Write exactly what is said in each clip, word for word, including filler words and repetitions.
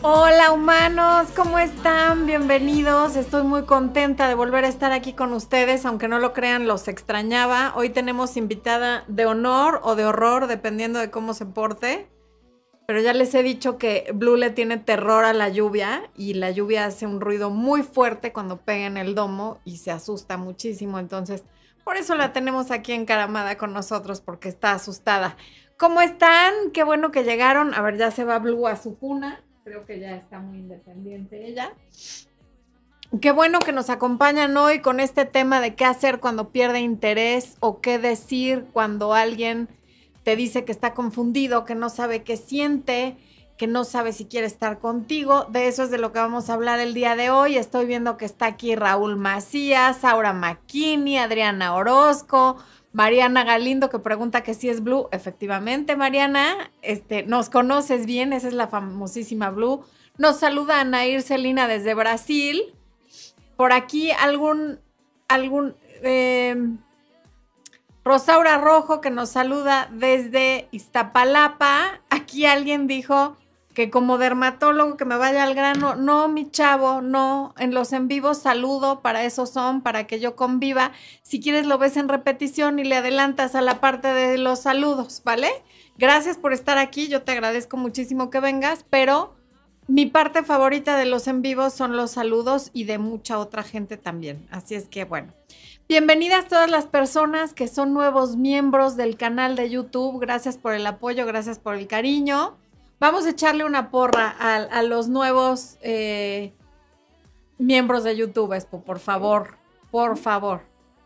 Hola humanos, ¿cómo están? Bienvenidos. Estoy muy contenta de volver a estar aquí con ustedes, aunque no lo crean, los extrañaba. Hoy tenemos invitada de honor o de horror, dependiendo de cómo se porte. Pero ya les he dicho que Blue le tiene terror a la lluvia y la lluvia hace un ruido muy fuerte cuando pega en el domo y se asusta muchísimo. Entonces, por eso la tenemos aquí encaramada con nosotros, porque está asustada. ¿Cómo están? Qué bueno que llegaron. A ver, ya se va Blue a su cuna. Creo que ya está muy independiente ella. Qué bueno que nos acompañan hoy con este tema de qué hacer cuando pierde interés o qué decir cuando alguien te dice que está confundido, que no sabe qué siente, que no sabe si quiere estar contigo. De eso es de lo que vamos a hablar el día de hoy. Estoy viendo que está aquí Raúl Macías, Aura McKinney, Adriana Orozco, Mariana Galindo, que pregunta que si es Blue. Efectivamente, Mariana, este, nos conoces bien, esa es la famosísima Blue. Nos saluda Anaír Celina desde Brasil. Por aquí algún, algún, eh, Rosaura Rojo, que nos saluda desde Iztapalapa. Aquí alguien dijo que como dermatólogo que me vaya al grano. No, mi chavo, no. En los en vivos saludo, para eso son, para que yo conviva. Si quieres lo ves en repetición y le adelantas a la parte de los saludos, ¿vale? Gracias por estar aquí, yo te agradezco muchísimo que vengas, pero mi parte favorita de los en vivos son los saludos y de mucha otra gente también. Así es que, bueno. Bienvenidas todas las personas que son nuevos miembros del canal de YouTube. Gracias por el apoyo, gracias por el cariño. Vamos a echarle una porra a, a los nuevos eh, miembros de YouTube, Expo, por favor, por favor.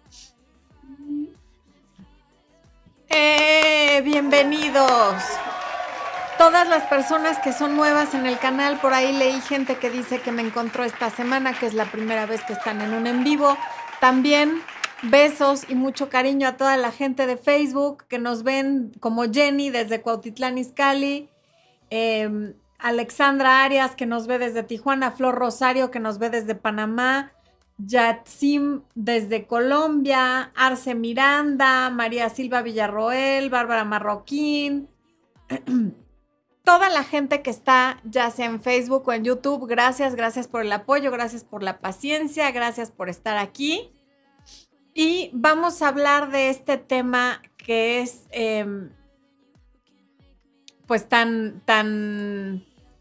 ¡Eh! ¡Bienvenidos! Todas las personas que son nuevas en el canal, por ahí leí gente que dice que me encontró esta semana, que es la primera vez que están en un en vivo. También besos y mucho cariño a toda la gente de Facebook que nos ven, como Jenny desde Cuautitlán Izcalli, eh, Alexandra Arias que nos ve desde Tijuana, Flor Rosario que nos ve desde Panamá, Yatsim desde Colombia, Arce Miranda, María Silva Villarroel, Bárbara Marroquín, toda la gente que está ya sea en Facebook o en YouTube. Gracias, gracias por el apoyo, gracias por la paciencia, gracias por estar aquí. Y vamos a hablar de este tema que es eh, pues tan, tan...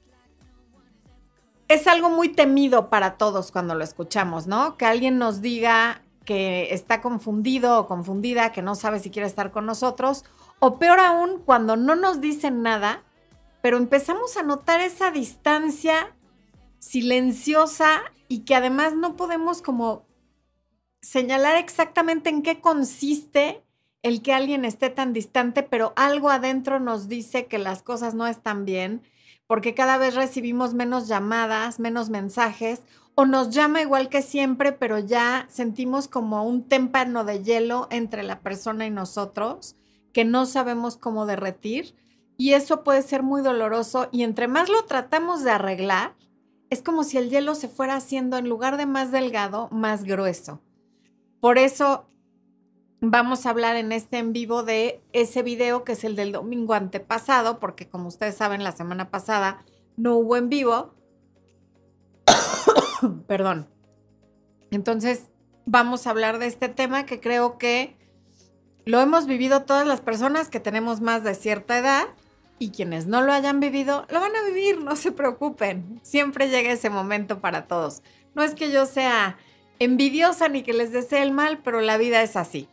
es algo muy temido para todos cuando lo escuchamos, ¿no? Que alguien nos diga que está confundido o confundida, que no sabe si quiere estar con nosotros, o peor aún, cuando no nos dicen nada, pero empezamos a notar esa distancia silenciosa y que además no podemos como señalar exactamente en qué consiste el que alguien esté tan distante, pero algo adentro nos dice que las cosas no están bien, porque cada vez recibimos menos llamadas, menos mensajes, o nos llama igual que siempre, pero ya sentimos como un témpano de hielo entre la persona y nosotros, que no sabemos cómo derretir, y eso puede ser muy doloroso, y entre más lo tratamos de arreglar, es como si el hielo se fuera haciendo, en lugar de más delgado, más grueso. Por eso vamos a hablar en este en vivo de ese video que es el del domingo antepasado, porque como ustedes saben, la semana pasada no hubo en vivo. Perdón. Entonces, vamos a hablar de este tema que creo que lo hemos vivido todas las personas que tenemos más de cierta edad, y quienes no lo hayan vivido, lo van a vivir, no se preocupen. Siempre llega ese momento para todos. No es que yo sea envidiosa ni que les desee el mal, pero la vida es así.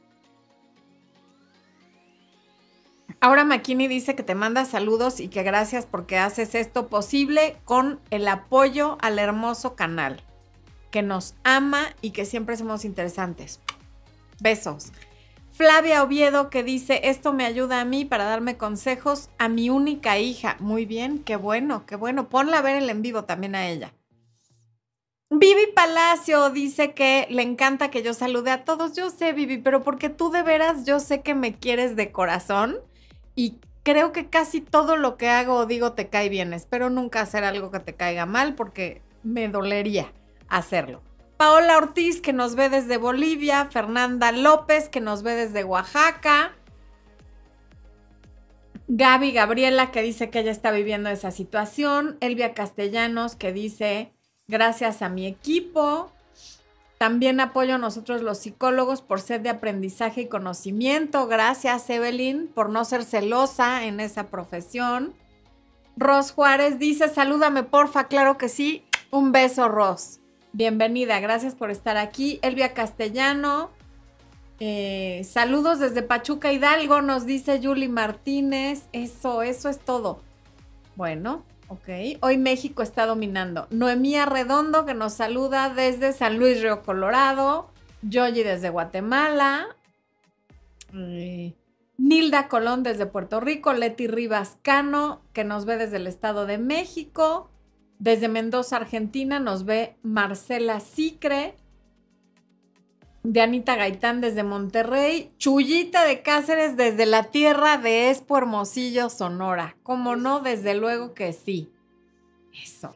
Aura McKinney dice que te manda saludos y que gracias porque haces esto posible con el apoyo al hermoso canal, que nos ama y que siempre somos interesantes. Besos. Flavia Oviedo que dice, esto me ayuda a mí para darme consejos a mi única hija. Muy bien, qué bueno, qué bueno. Ponla a ver el en vivo también a ella. Vivi Palacio dice que le encanta que yo salude a todos. Yo sé, Vivi, pero porque tú de veras yo sé que me quieres de corazón y creo que casi todo lo que hago o digo te cae bien. Espero nunca hacer algo que te caiga mal porque me dolería hacerlo. Paola Ortiz, que nos ve desde Bolivia. Fernanda López, que nos ve desde Oaxaca. Gaby Gabriela, que dice que ella está viviendo esa situación. Elvia Castellanos, que dice, gracias a mi equipo. También apoyo a nosotros los psicólogos por sed de aprendizaje y conocimiento. Gracias, Evelyn, por no ser celosa en esa profesión. Ros Juárez dice, salúdame, porfa. Claro que sí. Un beso, Ros. Bienvenida, gracias por estar aquí. Elvia Castellano. Eh, saludos desde Pachuca, Hidalgo, nos dice Yuli Martínez. Eso, eso es todo. Bueno, ok. Hoy México está dominando. Noemí Arredondo, que nos saluda desde San Luis Río Colorado. Yoyi desde Guatemala. Eh, Nilda Colón desde Puerto Rico. Leti Rivas Cano, que nos ve desde el Estado de México. Desde Mendoza, Argentina, nos ve Marcela Sicre. De Anita Gaitán desde Monterrey. Chuyita de Cáceres desde la tierra de Expo Hermosillo, Sonora. ¿Cómo no? Desde luego que sí. Eso.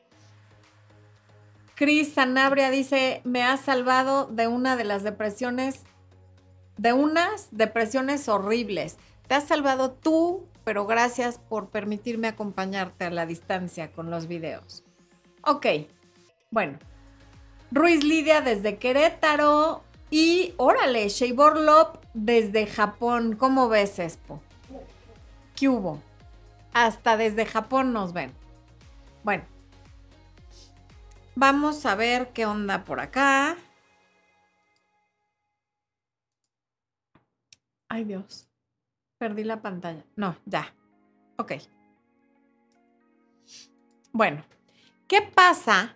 Cris Sanabria dice, me has salvado de una de las depresiones, de unas depresiones horribles. Te has salvado tú, pero gracias por permitirme acompañarte a la distancia con los videos. Ok, bueno. Ruiz Lidia desde Querétaro y, órale, Sheibor Lop desde Japón. ¿Cómo ves, Expo? ¿Qué hubo? Hasta desde Japón nos ven. Bueno, vamos a ver qué onda por acá. Ay, Dios. Perdí la pantalla. No, ya. Ok. Bueno, ¿qué pasa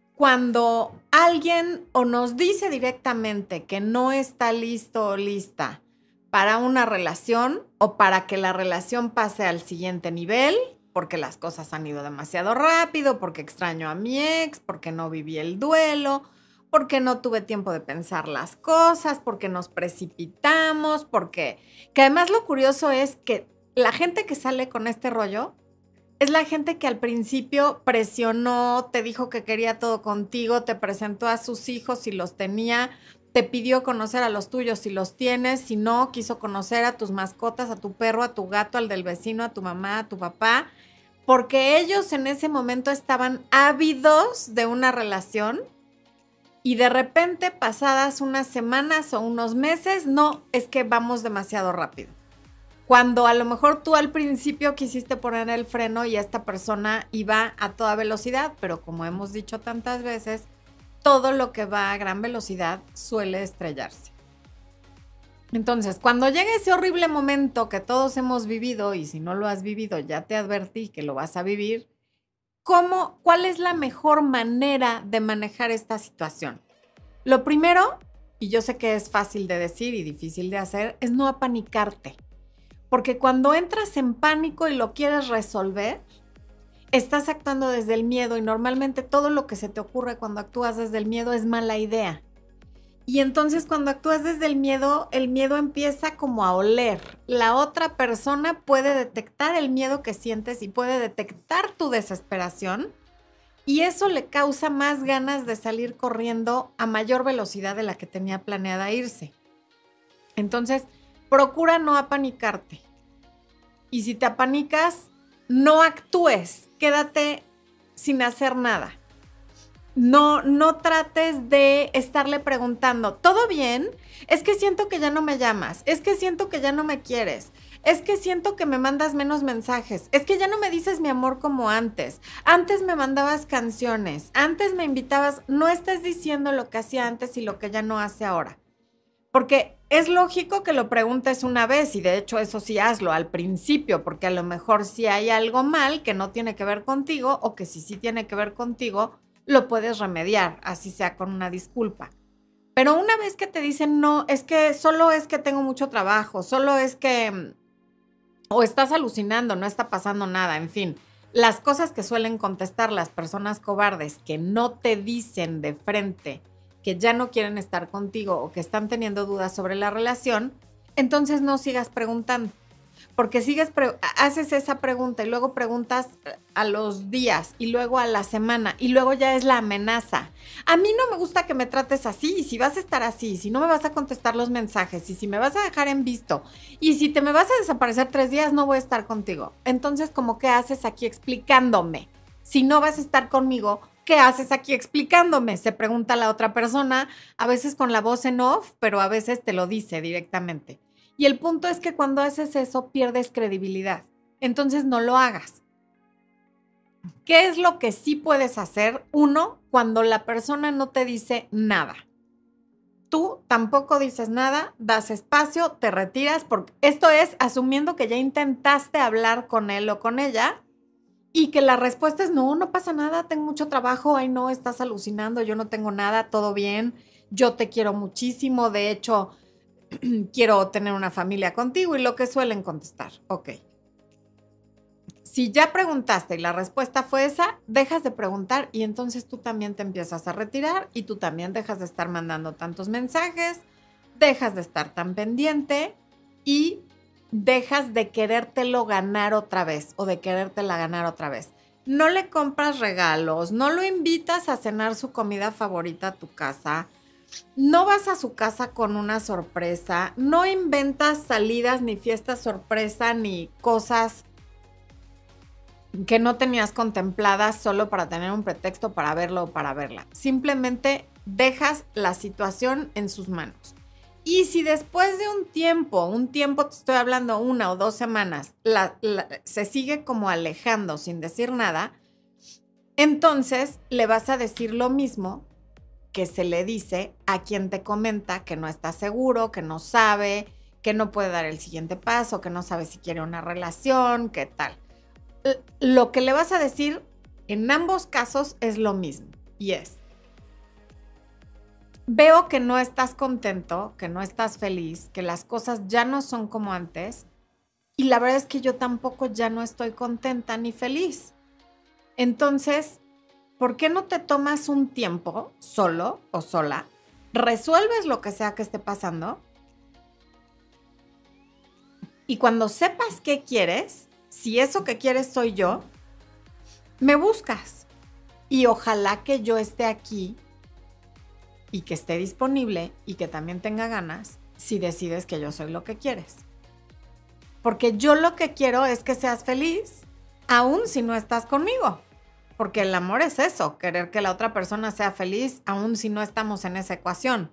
cuando alguien o nos dice directamente que no está listo o lista para una relación o para que la relación pase al siguiente nivel, porque las cosas han ido demasiado rápido, porque extraño a mi ex, porque no viví el duelo, porque no tuve tiempo de pensar las cosas, porque nos precipitamos, porque... Que además lo curioso es que la gente que sale con este rollo es la gente que al principio presionó, te dijo que quería todo contigo, te presentó a sus hijos si los tenía, te pidió conocer a los tuyos si los tienes, si no, quiso conocer a tus mascotas, a tu perro, a tu gato, al del vecino, a tu mamá, a tu papá, porque ellos en ese momento estaban ávidos de una relación y de repente, pasadas unas semanas o unos meses, no, es que vamos demasiado rápido. Cuando a lo mejor tú al principio quisiste poner el freno y esta persona iba a toda velocidad, pero como hemos dicho tantas veces, todo lo que va a gran velocidad suele estrellarse. Entonces, cuando llega ese horrible momento que todos hemos vivido, y si no lo has vivido, ya te advertí que lo vas a vivir, ¿cómo, cuál es la mejor manera de manejar esta situación? Lo primero, y yo sé que es fácil de decir y difícil de hacer, es no apanicarte. Porque cuando entras en pánico y lo quieres resolver, estás actuando desde el miedo y normalmente todo lo que se te ocurre cuando actúas desde el miedo es mala idea. Y entonces cuando actúas desde el miedo, el miedo empieza como a oler. La otra persona puede detectar el miedo que sientes y puede detectar tu desesperación y eso le causa más ganas de salir corriendo a mayor velocidad de la que tenía planeada irse. Entonces, procura no apanicarte. Y si te apanicas, no actúes. Quédate sin hacer nada. No, no trates de estarle preguntando, ¿todo bien? Es que siento que ya no me llamas. Es que siento que ya no me quieres. Es que siento que me mandas menos mensajes. Es que ya no me dices mi amor como antes. Antes me mandabas canciones. Antes me invitabas. No estés diciendo lo que hacía antes y lo que ya no hace ahora. Porque es lógico que lo preguntes una vez y de hecho eso sí hazlo al principio porque a lo mejor sí hay algo mal que no tiene que ver contigo o que si sí tiene que ver contigo lo puedes remediar, así sea con una disculpa. Pero una vez que te dicen no, es que solo es que tengo mucho trabajo, solo es que o estás alucinando, no está pasando nada, en fin. Las cosas que suelen contestar las personas cobardes que no te dicen de frente que ya no quieren estar contigo o que están teniendo dudas sobre la relación, entonces no sigas preguntando. porque sigues, haces esa pregunta y luego preguntas a los días y luego a la semana y luego ya es la amenaza. A mí no me gusta que me trates así y si vas a estar así, si no me vas a contestar los mensajes y si me vas a dejar en visto y si te me vas a desaparecer tres días, no voy a estar contigo. Entonces, ¿cómo qué haces aquí explicándome? Si no vas a estar conmigo, ¿qué haces aquí explicándome? Se pregunta la otra persona, a veces con la voz en off, pero a veces te lo dice directamente. Y el punto es que cuando haces eso, pierdes credibilidad. Entonces no lo hagas. ¿Qué es lo que sí puedes hacer? Uno, cuando la persona no te dice nada. Tú tampoco dices nada, das espacio, te retiras, porque esto es asumiendo que ya intentaste hablar con él o con ella y que la respuesta es no, no pasa nada, tengo mucho trabajo, ay no, estás alucinando, yo no tengo nada, todo bien, yo te quiero muchísimo, de hecho, quiero tener una familia contigo y lo que suelen contestar. Ok. Si ya preguntaste y la respuesta fue esa, dejas de preguntar y entonces tú también te empiezas a retirar y tú también dejas de estar mandando tantos mensajes, dejas de estar tan pendiente y dejas de querértelo ganar otra vez o de querértela ganar otra vez. No le compras regalos, no lo invitas a cenar su comida favorita a tu casa, no vas a su casa con una sorpresa, no inventas salidas ni fiestas sorpresa ni cosas que no tenías contempladas solo para tener un pretexto para verlo o para verla. Simplemente dejas la situación en sus manos. Y si después de un tiempo, un tiempo te estoy hablando una o dos semanas, la, la, se sigue como alejando sin decir nada, entonces le vas a decir lo mismo que se le dice a quien te comenta que no está seguro, que no sabe, que no puede dar el siguiente paso, que no sabe si quiere una relación, qué tal. Lo que le vas a decir en ambos casos es lo mismo y es: veo que no estás contento, que no estás feliz, que las cosas ya no son como antes y la verdad es que yo tampoco ya no estoy contenta ni feliz. Entonces, ¿por qué no te tomas un tiempo solo o sola? Resuelves lo que sea que esté pasando y cuando sepas qué quieres, si eso que quieres soy yo, me buscas y ojalá que yo esté aquí y que esté disponible y que también tenga ganas si decides que yo soy lo que quieres. Porque yo lo que quiero es que seas feliz, aun si no estás conmigo. Porque el amor es eso, querer que la otra persona sea feliz, aun si no estamos en esa ecuación.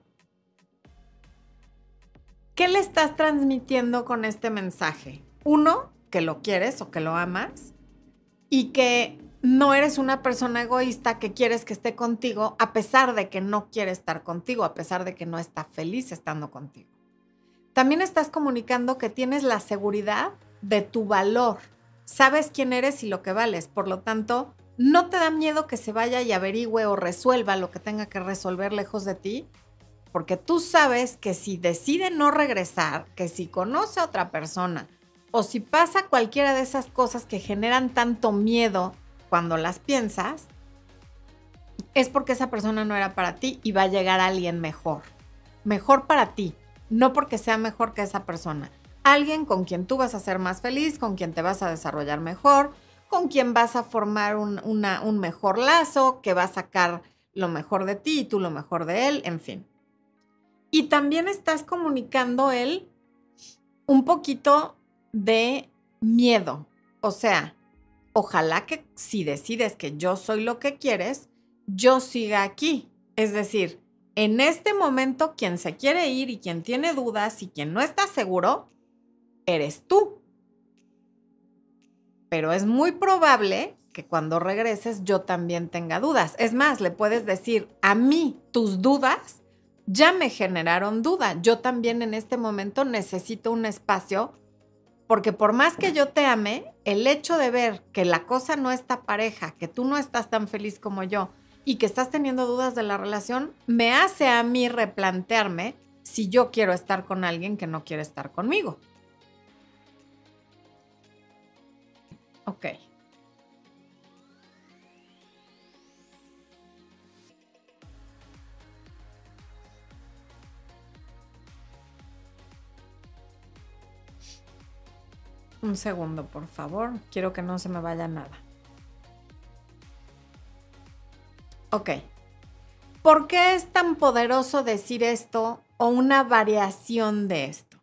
¿Qué le estás transmitiendo con este mensaje? Uno, que lo quieres o que lo amas y que no eres una persona egoísta que quieres que esté contigo a pesar de que no quiere estar contigo, a pesar de que no está feliz estando contigo. También estás comunicando que tienes la seguridad de tu valor. Sabes quién eres y lo que vales. Por lo tanto, no te da miedo que se vaya y averigüe o resuelva lo que tenga que resolver lejos de ti, porque tú sabes que si decide no regresar, que si conoce a otra persona o si pasa cualquiera de esas cosas que generan tanto miedo cuando las piensas, es porque esa persona no era para ti y va a llegar alguien mejor. Mejor para ti, no porque sea mejor que esa persona. Alguien con quien tú vas a ser más feliz, con quien te vas a desarrollar mejor, con quien vas a formar un, una, un mejor lazo, que va a sacar lo mejor de ti y tú lo mejor de él, en fin. Y también estás comunicando él un poquito de miedo. O sea, ojalá que si decides que yo soy lo que quieres, yo siga aquí. Es decir, en este momento quien se quiere ir y quien tiene dudas y quien no está seguro, eres tú. Pero es muy probable que cuando regreses yo también tenga dudas. Es más, le puedes decir, a mí tus dudas ya me generaron duda. Yo también en este momento necesito un espacio porque por más que yo te ame, el hecho de ver que la cosa no está pareja, que tú no estás tan feliz como yo y que estás teniendo dudas de la relación, me hace a mí replantearme si yo quiero estar con alguien que no quiere estar conmigo. Ok. Un segundo, por favor. Quiero que no se me vaya nada. Ok. ¿Por qué es tan poderoso decir esto o una variación de esto?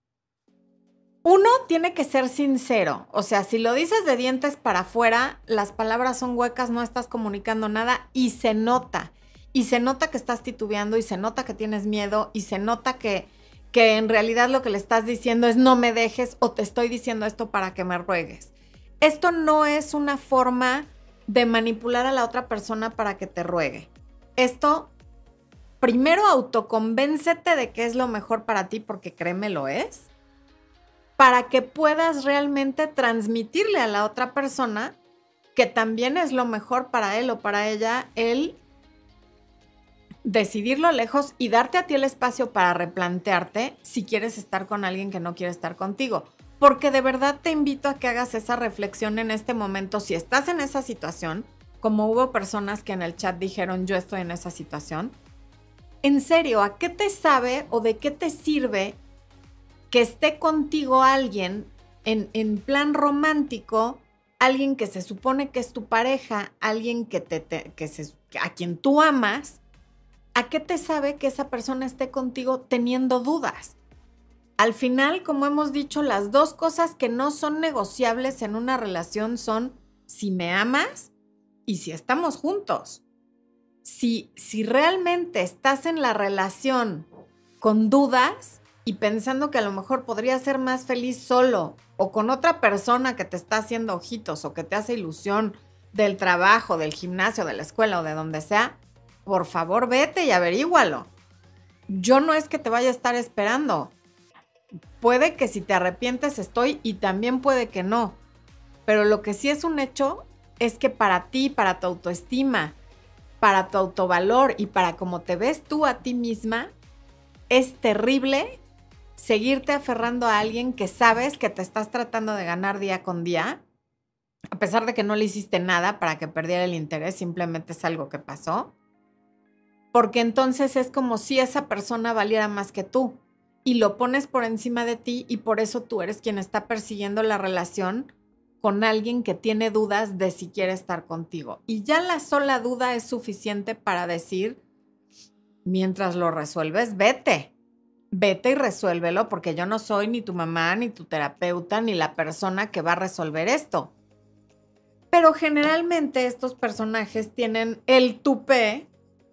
Uno tiene que ser sincero. O sea, si lo dices de dientes para afuera, las palabras son huecas, no estás comunicando nada y se nota. Y se nota que estás titubeando y se nota que tienes miedo y se nota que, que en realidad lo que le estás diciendo es no me dejes o te estoy diciendo esto para que me ruegues. Esto no es una forma de manipular a la otra persona para que te ruegue. Esto, primero autoconvéncete de que es lo mejor para ti, porque créeme, lo es, para que puedas realmente transmitirle a la otra persona que también es lo mejor para él o para ella el decidirlo lejos y darte a ti el espacio para replantearte si quieres estar con alguien que no quiere estar contigo. Porque de verdad te invito a que hagas esa reflexión en este momento. Si estás en esa situación, como hubo personas que en el chat dijeron yo estoy en esa situación, en serio, ¿a qué te sabe o de qué te sirve que esté contigo alguien en, en plan romántico, alguien que se supone que es tu pareja, alguien que te, te, que se, a quien tú amas? ¿A qué te sabe que esa persona esté contigo teniendo dudas? Al final, como hemos dicho, las dos cosas que no son negociables en una relación son si me amas y si estamos juntos. Si, si realmente estás en la relación con dudas y pensando que a lo mejor podrías ser más feliz solo o con otra persona que te está haciendo ojitos o que te hace ilusión del trabajo, del gimnasio, de la escuela o de donde sea, por favor vete y averígualo. Yo no es que te vaya a estar esperando. Puede que si te arrepientes estoy y también puede que no. Pero lo que sí es un hecho es que para ti, para tu autoestima, para tu autovalor y para cómo te ves tú a ti misma, es terrible seguirte aferrando a alguien que sabes que te estás tratando de ganar día con día, a pesar de que no le hiciste nada para que perdiera el interés, simplemente es algo que pasó. Porque entonces es como si esa persona valiera más que tú y lo pones por encima de ti y por eso tú eres quien está persiguiendo la relación con alguien que tiene dudas de si quiere estar contigo. Y ya la sola duda es suficiente para decir, mientras lo resuelves, vete. Vete y resuélvelo porque yo no soy ni tu mamá, ni tu terapeuta, ni la persona que va a resolver esto. Pero generalmente estos personajes tienen el tupé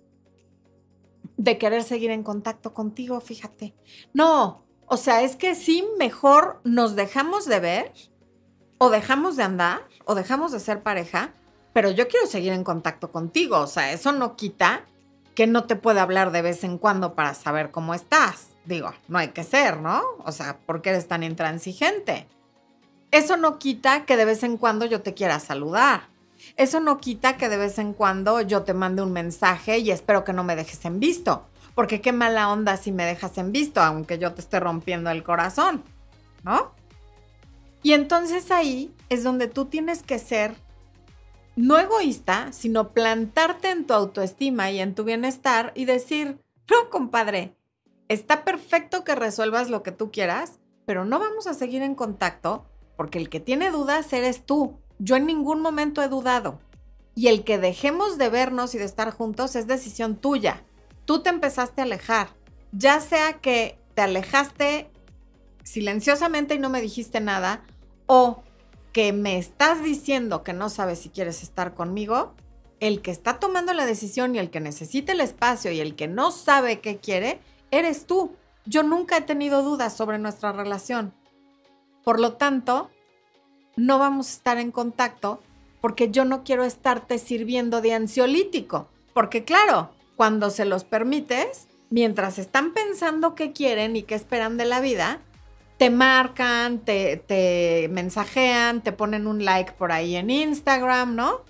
de querer seguir en contacto contigo, fíjate. No, o sea, es que sí, mejor nos dejamos de ver o dejamos de andar o dejamos de ser pareja, pero yo quiero seguir en contacto contigo. O sea, eso no quita que no te pueda hablar de vez en cuando para saber cómo estás. Digo, no hay que ser, ¿no? O sea, ¿por qué eres tan intransigente? Eso no quita que de vez en cuando yo te quiera saludar. Eso no quita que de vez en cuando yo te mande un mensaje y espero que no me dejes en visto. Porque qué mala onda si me dejas en visto, aunque yo te esté rompiendo el corazón, ¿no? Y entonces ahí es donde tú tienes que ser no egoísta, sino plantarte en tu autoestima y en tu bienestar y decir, no, compadre, está perfecto que resuelvas lo que tú quieras, pero no vamos a seguir en contacto porque el que tiene dudas eres tú. Yo en ningún momento he dudado. Y el que dejemos de vernos y de estar juntos es decisión tuya. Tú te empezaste a alejar. Ya sea que te alejaste silenciosamente y no me dijiste nada, o que me estás diciendo que no sabes si quieres estar conmigo, el que está tomando la decisión y el que necesita el espacio y el que no sabe qué quiere, eres tú. Yo nunca he tenido dudas sobre nuestra relación. Por lo tanto, no vamos a estar en contacto porque yo no quiero estarte sirviendo de ansiolítico. Porque claro, cuando se los permites, mientras están pensando qué quieren y qué esperan de la vida, te marcan, te, te mensajean, te ponen un like por ahí en Instagram, ¿no?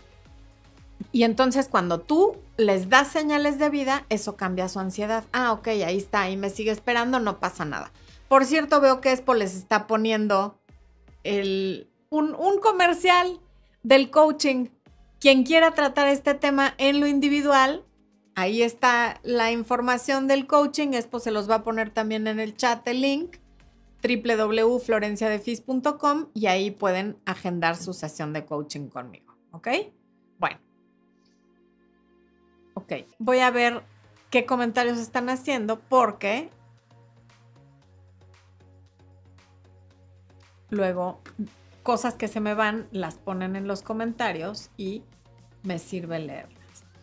Y entonces cuando tú les das señales de vida, eso cambia su ansiedad. Ah, ok, ahí está, ahí me sigue esperando, no pasa nada. Por cierto, veo que Expo les está poniendo el, un, un comercial del coaching. Quien quiera tratar este tema en lo individual, ahí está la información del coaching. Expo se los va a poner también en el chat el link. doble u doble u doble u punto florencia de fis punto com y ahí pueden agendar su sesión de coaching conmigo, ¿ok? Bueno. Ok, voy a ver qué comentarios están haciendo porque luego cosas que se me van las ponen en los comentarios y me sirve leerlas.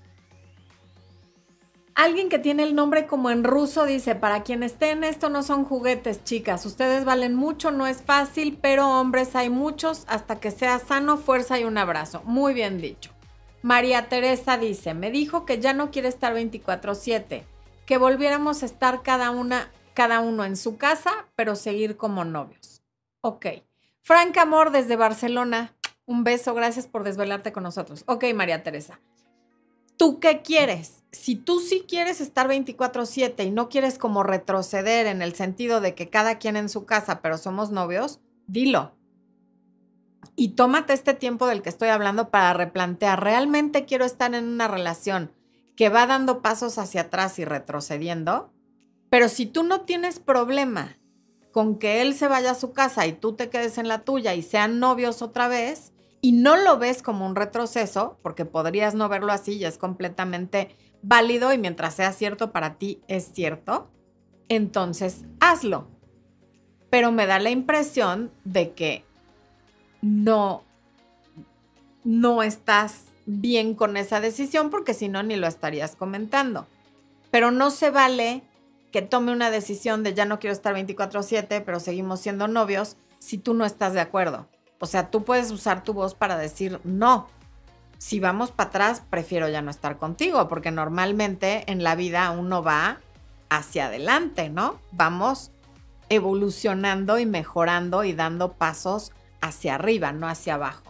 Alguien que tiene el nombre como en ruso dice, para quien esté en esto no son juguetes, chicas. Ustedes valen mucho, no es fácil, pero hombres hay muchos. Hasta que sea sano, fuerza y un abrazo. Muy bien dicho. María Teresa dice, me dijo que ya no quiere estar veinticuatro siete, que volviéramos a estar cada, una, cada uno en su casa, pero seguir como novios. Ok. Frank Amor desde Barcelona, un beso, gracias por desvelarte con nosotros. Ok, María Teresa. ¿Tú qué quieres? Si tú sí quieres estar veinticuatro siete y no quieres como retroceder en el sentido de que cada quien en su casa, pero somos novios, dilo. Y tómate este tiempo del que estoy hablando para replantear, ¿realmente quiero estar en una relación que va dando pasos hacia atrás y retrocediendo? Pero si tú no tienes problema con que él se vaya a su casa y tú te quedes en la tuya y sean novios otra vez, y no lo ves como un retroceso, porque podrías no verlo así y es completamente válido y mientras sea cierto para ti es cierto, entonces hazlo. Pero me da la impresión de que no, no estás bien con esa decisión porque si no ni lo estarías comentando. Pero no se vale que tome una decisión de ya no quiero estar veinticuatro siete, pero seguimos siendo novios si tú no estás de acuerdo. O sea, tú puedes usar tu voz para decir no. Si vamos para atrás, prefiero ya no estar contigo, porque normalmente en la vida uno va hacia adelante, ¿no? Vamos evolucionando y mejorando y dando pasos hacia arriba, no hacia abajo.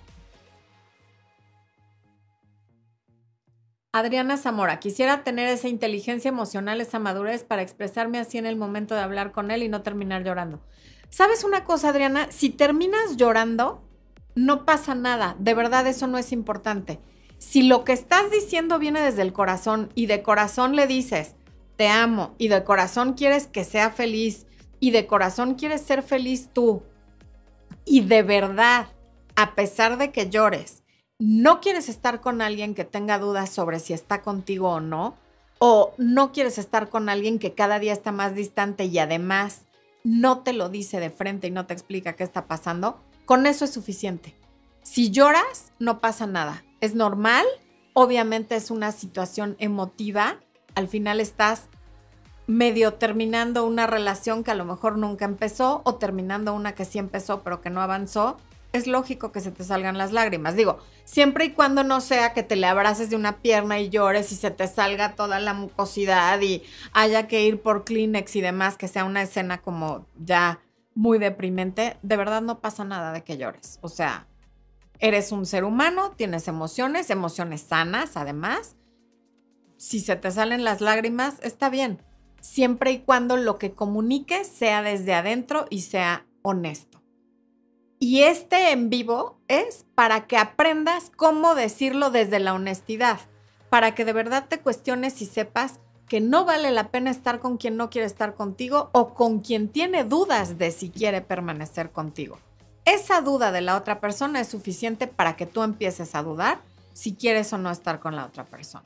Adriana Zamora, quisiera tener esa inteligencia emocional, esa madurez para expresarme así en el momento de hablar con él y no terminar llorando. ¿Sabes una cosa, Adriana? Si terminas llorando, no pasa nada. De verdad, eso no es importante. Si lo que estás diciendo viene desde el corazón y de corazón le dices, te amo, y de corazón quieres que sea feliz, y de corazón quieres ser feliz tú, y de verdad, a pesar de que llores, no quieres estar con alguien que tenga dudas sobre si está contigo o no, o no quieres estar con alguien que cada día está más distante y además no te lo dice de frente y no te explica qué está pasando, con eso es suficiente. Si lloras, no pasa nada. Es normal, obviamente es una situación emotiva. Al final estás medio terminando una relación que a lo mejor nunca empezó o terminando una que sí empezó pero que no avanzó. Es lógico que se te salgan las lágrimas. Digo, siempre y cuando no sea que te le abraces de una pierna y llores y se te salga toda la mucosidad y haya que ir por Kleenex y demás, que sea una escena como ya muy deprimente, de verdad no pasa nada de que llores. O sea, eres un ser humano, tienes emociones, emociones sanas además. Si se te salen las lágrimas, está bien. Siempre y cuando lo que comuniques sea desde adentro y sea honesto. Y este en vivo es para que aprendas cómo decirlo desde la honestidad, para que de verdad te cuestiones y sepas que no vale la pena estar con quien no quiere estar contigo o con quien tiene dudas de si quiere permanecer contigo. Esa duda de la otra persona es suficiente para que tú empieces a dudar si quieres o no estar con la otra persona.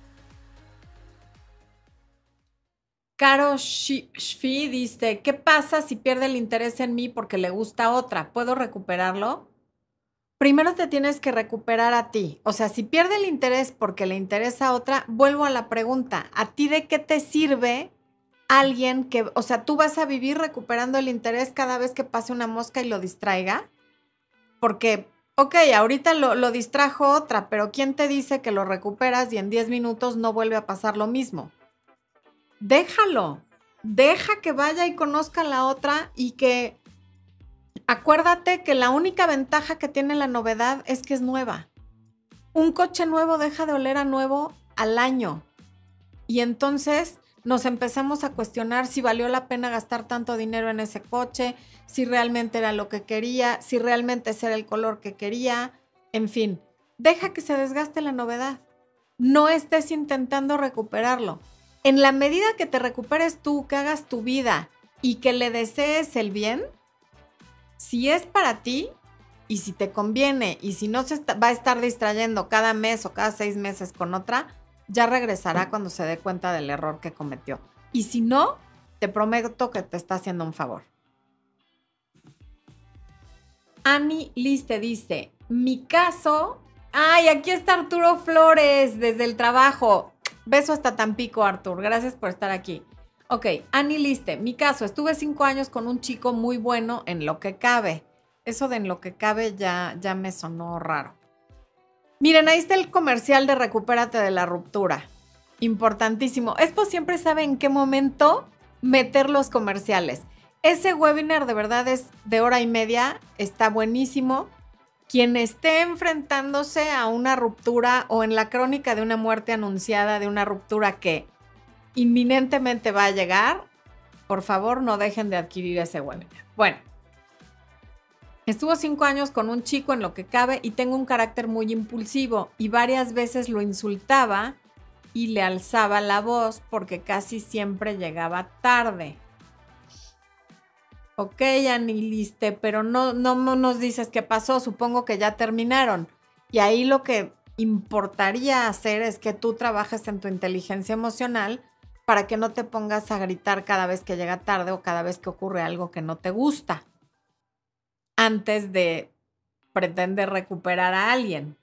Caro Shfi dice, ¿qué pasa si pierde el interés en mí porque le gusta a otra? ¿Puedo recuperarlo? Primero te tienes que recuperar a ti. O sea, si pierde el interés porque le interesa a otra, vuelvo a la pregunta. ¿A ti de qué te sirve alguien que, o sea, tú vas a vivir recuperando el interés cada vez que pase una mosca y lo distraiga? Porque, ok, ahorita lo, lo distrajo otra, pero ¿quién te dice que lo recuperas y en diez minutos no vuelve a pasar lo mismo? Déjalo, deja que vaya y conozca a la otra y que acuérdate que la única ventaja que tiene la novedad es que es nueva. Un coche nuevo deja de oler a nuevo al año y entonces nos empezamos a cuestionar si valió la pena gastar tanto dinero en ese coche, si realmente era lo que quería, si realmente ese era el color que quería, en fin, deja que se desgaste la novedad. No estés intentando recuperarlo. En la medida que te recuperes tú, que hagas tu vida y que le desees el bien, si es para ti y si te conviene y si no se está, va a estar distrayendo cada mes o cada seis meses con otra, ya regresará cuando se dé cuenta del error que cometió. Y si no, te prometo que te está haciendo un favor. Ani Liz te dice, mi caso... ¡Ay, aquí está Arturo Flores desde el trabajo! Beso hasta Tampico, Artur. Gracias por estar aquí. Ok, Ani Liste, mi caso, estuve cinco años con un chico muy bueno en lo que cabe. Eso de en lo que cabe ya, ya me sonó raro. Miren, ahí está el comercial de Recupérate de la Ruptura. Importantísimo. Expo siempre sabe en qué momento meter los comerciales. Ese webinar de verdad es de hora y media, está buenísimo. Quien esté enfrentándose a una ruptura o en la crónica de una muerte anunciada, de una ruptura que inminentemente va a llegar, por favor no dejen de adquirir ese webinar. Bueno, estuvo cinco años con un chico en lo que cabe y tengo un carácter muy impulsivo y varias veces lo insultaba y le alzaba la voz porque casi siempre llegaba tarde. Ok, Aniliste, pero no, no, no nos dices qué pasó, supongo que ya terminaron. Y ahí lo que importaría hacer es que tú trabajes en tu inteligencia emocional para que no te pongas a gritar cada vez que llega tarde o cada vez que ocurre algo que no te gusta, antes de pretender recuperar a alguien.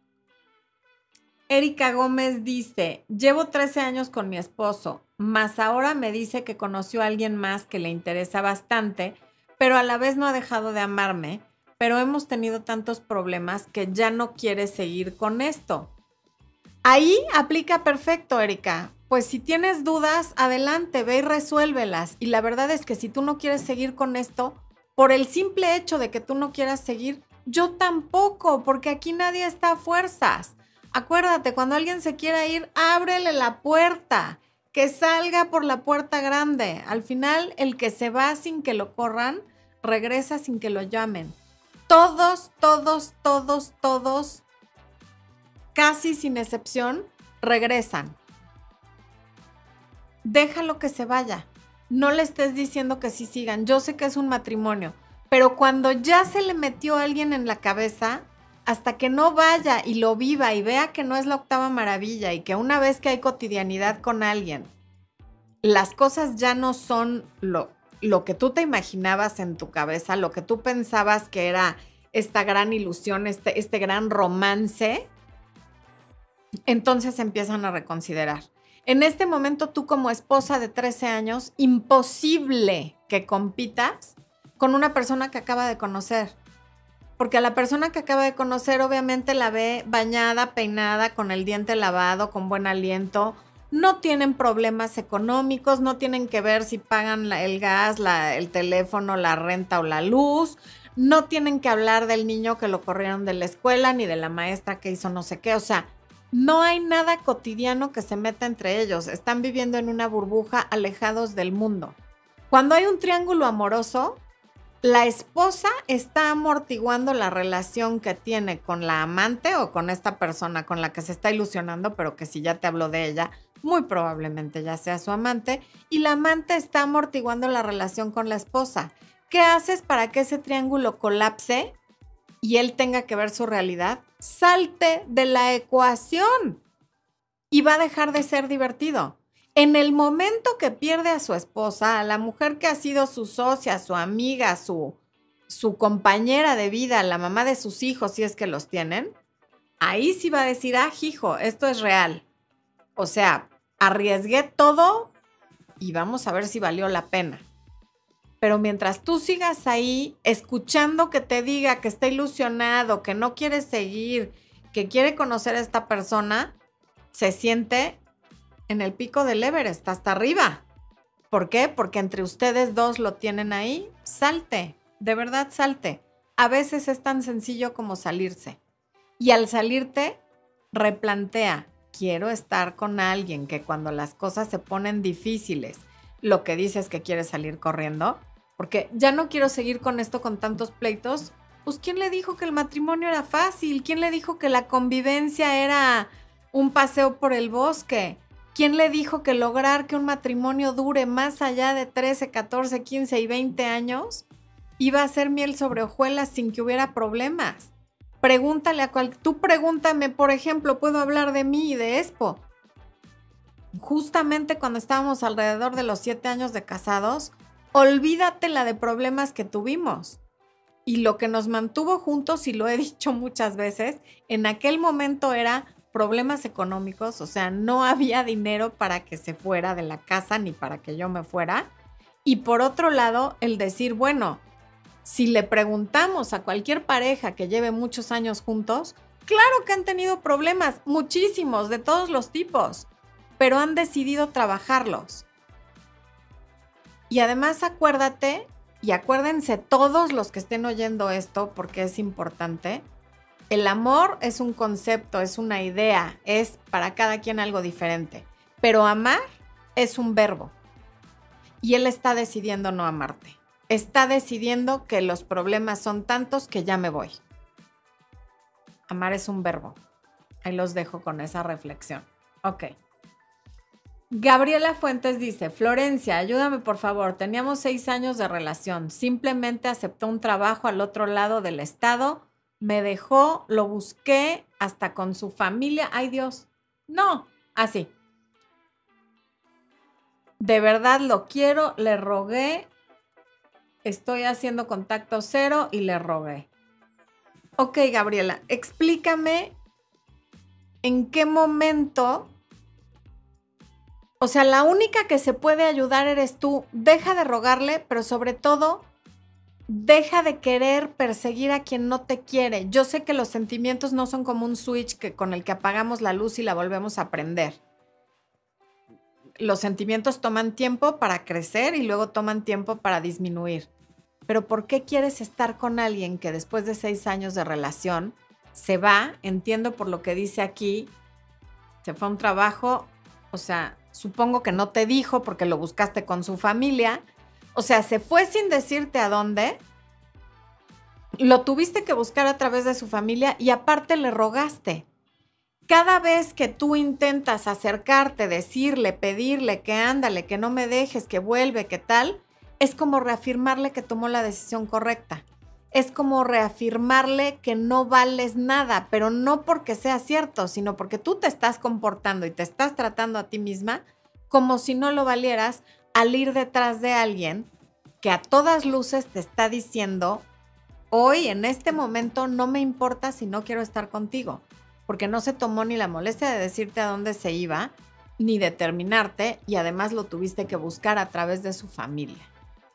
Erika Gómez dice, llevo trece años con mi esposo, más ahora me dice que conoció a alguien más que le interesa bastante, pero a la vez no ha dejado de amarme, pero hemos tenido tantos problemas que ya no quiere seguir con esto. Ahí aplica perfecto, Erika. Pues si tienes dudas, adelante, ve y resuélvelas. Y la verdad es que si tú no quieres seguir con esto, por el simple hecho de que tú no quieras seguir, yo tampoco, porque aquí nadie está a fuerzas. Acuérdate, cuando alguien se quiera ir, ábrele la puerta, que salga por la puerta grande. Al final, el que se va sin que lo corran, regresa sin que lo llamen. Todos, todos, todos, todos, casi sin excepción, regresan. Déjalo que se vaya. No le estés diciendo que sí sigan. Yo sé que es un matrimonio, pero cuando ya se le metió a alguien en la cabeza, hasta que no vaya y lo viva y vea que no es la octava maravilla y que una vez que hay cotidianidad con alguien, las cosas ya no son lo, lo que tú te imaginabas en tu cabeza, lo que tú pensabas que era esta gran ilusión, este, este gran romance, entonces empiezan a reconsiderar. En este momento tú como esposa de trece años, imposible que compitas con una persona que acaba de conocer. Porque a la persona que acaba de conocer obviamente la ve bañada, peinada, con el diente lavado, con buen aliento. No tienen problemas económicos, no tienen que ver si pagan la, el gas, la, el teléfono, la renta o la luz. No tienen que hablar del niño que lo corrieron de la escuela ni de la maestra que hizo no sé qué. O sea, no hay nada cotidiano que se meta entre ellos. Están viviendo en una burbuja alejados del mundo. Cuando hay un triángulo amoroso, la esposa está amortiguando la relación que tiene con la amante o con esta persona con la que se está ilusionando, pero que si ya te habló de ella, muy probablemente ya sea su amante, y la amante está amortiguando la relación con la esposa. ¿Qué haces para que ese triángulo colapse y él tenga que ver su realidad? Salte de la ecuación y va a dejar de ser divertido. En el momento que pierde a su esposa, a la mujer que ha sido su socia, su amiga, su, su compañera de vida, la mamá de sus hijos, si es que los tienen, ahí sí va a decir, ah, hijo, esto es real. O sea, arriesgué todo y vamos a ver si valió la pena. Pero mientras tú sigas ahí, escuchando que te diga que está ilusionado, que no quiere seguir, que quiere conocer a esta persona, se siente en el pico del Everest, hasta arriba. ¿Por qué? Porque entre ustedes dos lo tienen ahí. Salte, de verdad salte. A veces es tan sencillo como salirse. Y al salirte, replantea. Quiero estar con alguien que cuando las cosas se ponen difíciles, lo que dice es que quiere salir corriendo, porque ya no quiero seguir con esto con tantos pleitos. Pues ¿quién le dijo que el matrimonio era fácil? ¿Quién le dijo que la convivencia era un paseo por el bosque? ¿Quién le dijo que lograr que un matrimonio dure más allá de trece, catorce, quince y veinte años iba a ser miel sobre hojuelas sin que hubiera problemas? Pregúntale a cual... Tú pregúntame, por ejemplo, puedo hablar de mí y de Expo. Justamente cuando estábamos alrededor de los siete años de casados, olvídate la de problemas que tuvimos. Y lo que nos mantuvo juntos, y lo he dicho muchas veces, en aquel momento era problemas económicos, o sea, no había dinero para que se fuera de la casa ni para que yo me fuera. Y por otro lado, el decir, bueno, si le preguntamos a cualquier pareja que lleve muchos años juntos, claro que han tenido problemas, muchísimos, de todos los tipos, pero han decidido trabajarlos. Y además acuérdate, y acuérdense todos los que estén oyendo esto, porque es importante, el amor es un concepto, es una idea, es para cada quien algo diferente, pero amar es un verbo. Y él está decidiendo no amarte. Está decidiendo que los problemas son tantos que ya me voy. Amar es un verbo. Ahí los dejo con esa reflexión. Ok. Gabriela Fuentes dice, Florencia, ayúdame por favor. Teníamos seis años de relación. Simplemente aceptó un trabajo al otro lado del estado. Me dejó, lo busqué hasta con su familia. Ay, Dios. No, así. De verdad lo quiero, le rogué. Estoy haciendo contacto cero y le rogué. Ok, Gabriela, explícame en qué momento... O sea, la única que se puede ayudar eres tú. Deja de rogarle, pero sobre todo, deja de querer perseguir a quien no te quiere. Yo sé que los sentimientos no son como un switch que, con el que apagamos la luz y la volvemos a prender. Los sentimientos toman tiempo para crecer y luego toman tiempo para disminuir. Pero ¿por qué quieres estar con alguien que después de seis años de relación se va? Entiendo por lo que dice aquí, se fue a un trabajo, o sea... Supongo que no te dijo porque lo buscaste con su familia. O sea, se fue sin decirte a dónde. Lo tuviste que buscar a través de su familia y aparte le rogaste. Cada vez que tú intentas acercarte, decirle, pedirle que ándale, que no me dejes, que vuelve, que tal, es como reafirmarle que tomó la decisión correcta. Es como reafirmarle que no vales nada, pero no porque sea cierto, sino porque tú te estás comportando y te estás tratando a ti misma como si no lo valieras al ir detrás de alguien que a todas luces te está diciendo, hoy, en este momento, no me importa si no quiero estar contigo, porque no se tomó ni la molestia de decirte a dónde se iba, ni determinarte, y además lo tuviste que buscar a través de su familia.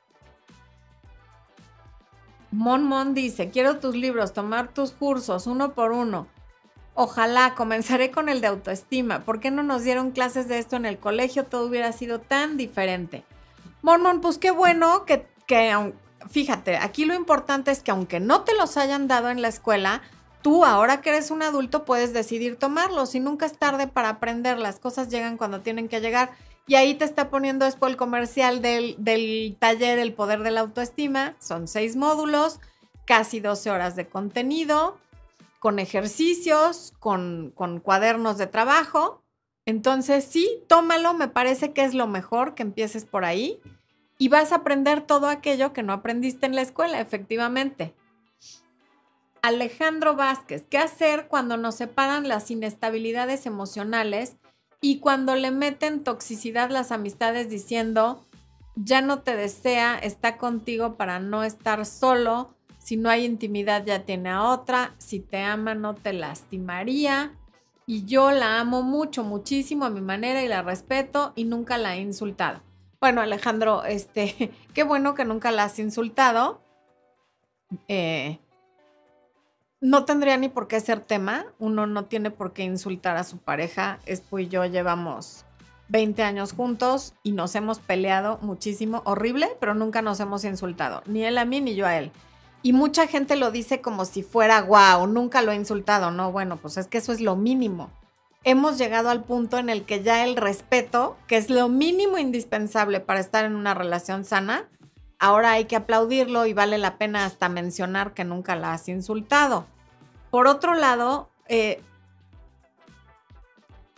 Mon Mon dice, quiero tus libros, tomar tus cursos, uno por uno. Ojalá, comenzaré con el de autoestima. ¿Por qué no nos dieron clases de esto en el colegio? Todo hubiera sido tan diferente. Mon Mon, pues qué bueno que, que, fíjate, aquí lo importante es que aunque no te los hayan dado en la escuela, tú ahora que eres un adulto puedes decidir tomarlos y nunca es tarde para aprender. Las cosas llegan cuando tienen que llegar. Y ahí te está poniendo después el comercial del, del taller El Poder de la Autoestima. Son seis módulos, casi doce horas de contenido, con ejercicios, con, con cuadernos de trabajo. Entonces sí, tómalo, me parece que es lo mejor que empieces por ahí. Y vas a aprender todo aquello que no aprendiste en la escuela, efectivamente. Alejandro Vázquez, ¿qué hacer cuando nos separan las inestabilidades emocionales y cuando le meten toxicidad las amistades diciendo, ya no te desea, está contigo para no estar solo, si no hay intimidad ya tiene a otra, si te ama no te lastimaría y yo la amo mucho, muchísimo a mi manera y la respeto y nunca la he insultado? Bueno, Alejandro, este, qué bueno que nunca la has insultado. Eh, No tendría ni por qué ser tema. Uno no tiene por qué insultar a su pareja. Espo y yo llevamos veinte años juntos y nos hemos peleado muchísimo. Horrible, pero nunca nos hemos insultado. Ni él a mí, ni yo a él. Y mucha gente lo dice como si fuera guau, nunca lo he insultado. No, bueno, pues es que eso es lo mínimo. Hemos llegado al punto en el que ya el respeto, que es lo mínimo indispensable para estar en una relación sana, ahora hay que aplaudirlo y vale la pena hasta mencionar que nunca la has insultado. Por otro lado, eh,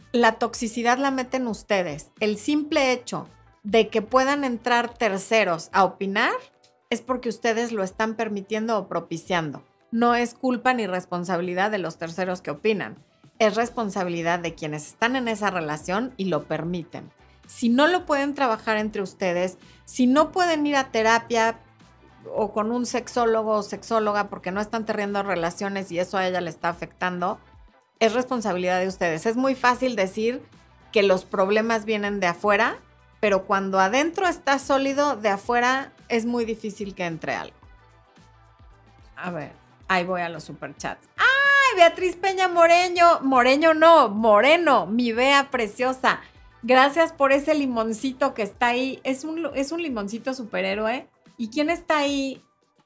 la toxicidad la meten ustedes. El simple hecho de que puedan entrar terceros a opinar es porque ustedes lo están permitiendo o propiciando. No es culpa ni responsabilidad de los terceros que opinan. Es responsabilidad de quienes están en esa relación y lo permiten. Si no lo pueden trabajar entre ustedes, si no pueden ir a terapia o con un sexólogo o sexóloga porque no están teniendo relaciones y eso a ella le está afectando, es responsabilidad de ustedes. Es muy fácil decir que los problemas vienen de afuera, pero cuando adentro está sólido, de afuera es muy difícil que entre algo. A ver, ahí voy a los superchats. ¡Ay, Beatriz Peña Moreño! Moreño no, Moreno, mi Bea preciosa. Gracias por ese limoncito que está ahí. Es un, es un limoncito superhéroe. ¿Y quién está ahí?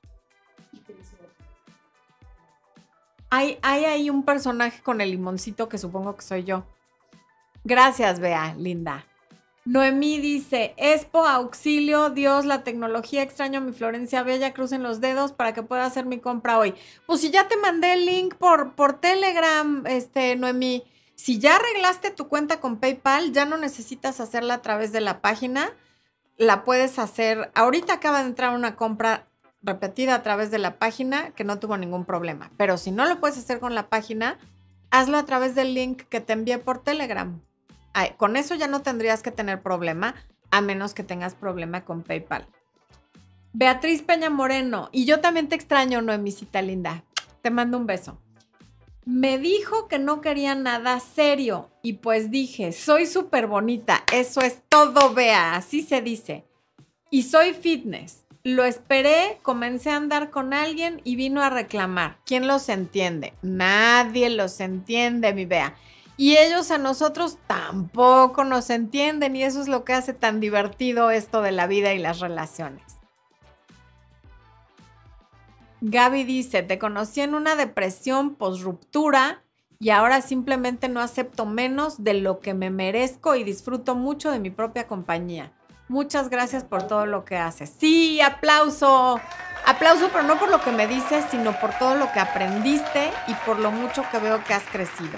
Hay, hay ahí un personaje con el limoncito que supongo que soy yo. Gracias, Bea, linda. Noemí dice, Expo, auxilio, Dios, la tecnología, extraño a mi Florencia Bella, crucen los dedos para que pueda hacer mi compra hoy. Pues si ya te mandé el link por, por Telegram, este, Noemí, si ya arreglaste tu cuenta con PayPal, ya no necesitas hacerla a través de la página, la puedes hacer, ahorita acaba de entrar una compra repetida a través de la página que no tuvo ningún problema, pero si no lo puedes hacer con la página, hazlo a través del link que te envié por Telegram. Ay, con eso ya no tendrías que tener problema, a menos que tengas problema con PayPal. Beatriz Peña Moreno, y yo también te extraño, Noemisita linda. Te mando un beso. Me dijo que no quería nada serio, y pues dije, soy súper bonita, eso es todo, Bea, así se dice. Y soy fitness. Lo esperé, comencé a andar con alguien y vino a reclamar. ¿Quién los entiende? Nadie los entiende, mi Bea. Y ellos a nosotros tampoco nos entienden y eso es lo que hace tan divertido esto de la vida y las relaciones. Gaby dice, te conocí en una depresión post-ruptura y ahora simplemente no acepto menos de lo que me merezco y disfruto mucho de mi propia compañía. Muchas gracias por todo lo que haces. Sí, aplauso. Aplauso, pero no por lo que me dices, sino por todo lo que aprendiste y por lo mucho que veo que has crecido.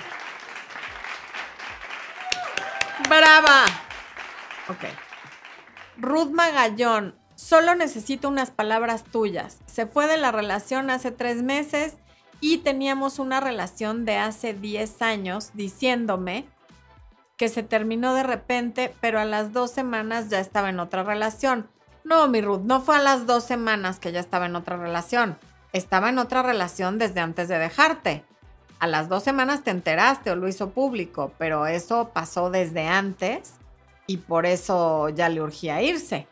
¡Brava! Ok. Ruth Magallón, solo necesito unas palabras tuyas. Se fue de la relación hace tres meses y teníamos una relación de hace diez años diciéndome que se terminó de repente, pero a las dos semanas ya estaba en otra relación. No, mi Ruth, no fue a las dos semanas que ya estaba en otra relación. Estaba en otra relación desde antes de dejarte. A las dos semanas te enteraste o lo hizo público, pero eso pasó desde antes y por eso ya le urgía irse.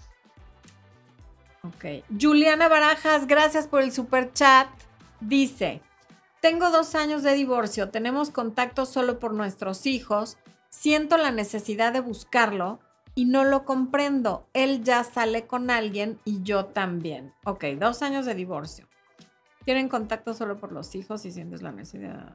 Ok. Juliana Barajas, gracias por el super chat. Dice, tengo dos años de divorcio, tenemos contacto solo por nuestros hijos, siento la necesidad de buscarlo y no lo comprendo. Él ya sale con alguien y yo también. Ok, dos años de divorcio. Tienen contacto solo por los hijos y sientes la necesidad.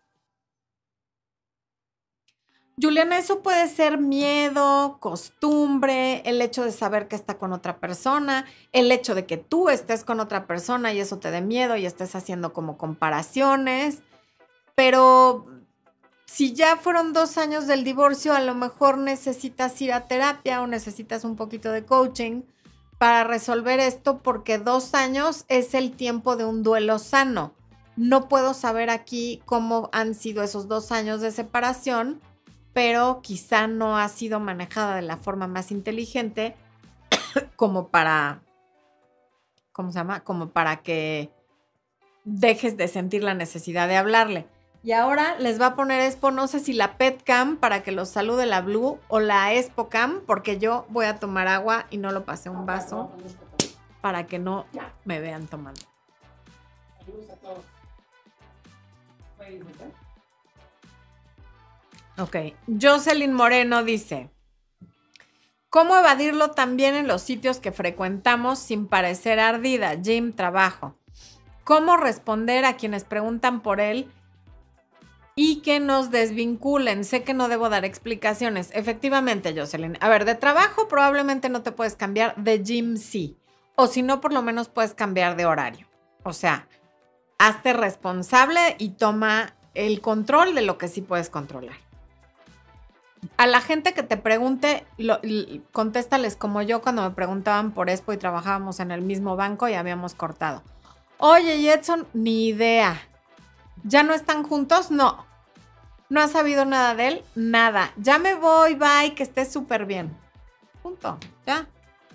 Juliana, eso puede ser miedo, costumbre, el hecho de saber que está con otra persona, el hecho de que tú estés con otra persona y eso te dé miedo y estés haciendo como comparaciones. Pero si ya fueron dos años del divorcio, a lo mejor necesitas ir a terapia o necesitas un poquito de coaching para resolver esto, porque dos años es el tiempo de un duelo sano. No puedo saber aquí cómo han sido esos dos años de separación, pero quizá no ha sido manejada de la forma más inteligente como para, ¿cómo se llama? Como para que dejes de sentir la necesidad de hablarle. Y ahora les va a poner Expo, no sé si la PetCam para que los salude la Blue o la ExpoCam, porque yo voy a tomar agua y no lo pasé un vaso para que no me vean tomando. Saludos a todos. Ok, Jocelyn Moreno dice, ¿cómo evadirlo también en los sitios que frecuentamos sin parecer ardida? Gym, trabajo. ¿Cómo responder a quienes preguntan por él y que nos desvinculen? Sé que no debo dar explicaciones. Efectivamente, Jocelyn. A ver, de trabajo probablemente no te puedes cambiar, de gym sí. O si no, por lo menos puedes cambiar de horario. O sea, hazte responsable y toma el control de lo que sí puedes controlar. A la gente que te pregunte, lo, l- contéstales como yo cuando me preguntaban por Expo y trabajábamos en el mismo banco y habíamos cortado. Oye, y Edson, ni idea. ¿Ya no están juntos? No. ¿No has sabido nada de él? Nada. Ya me voy, bye, que estés súper bien. Punto. Ya.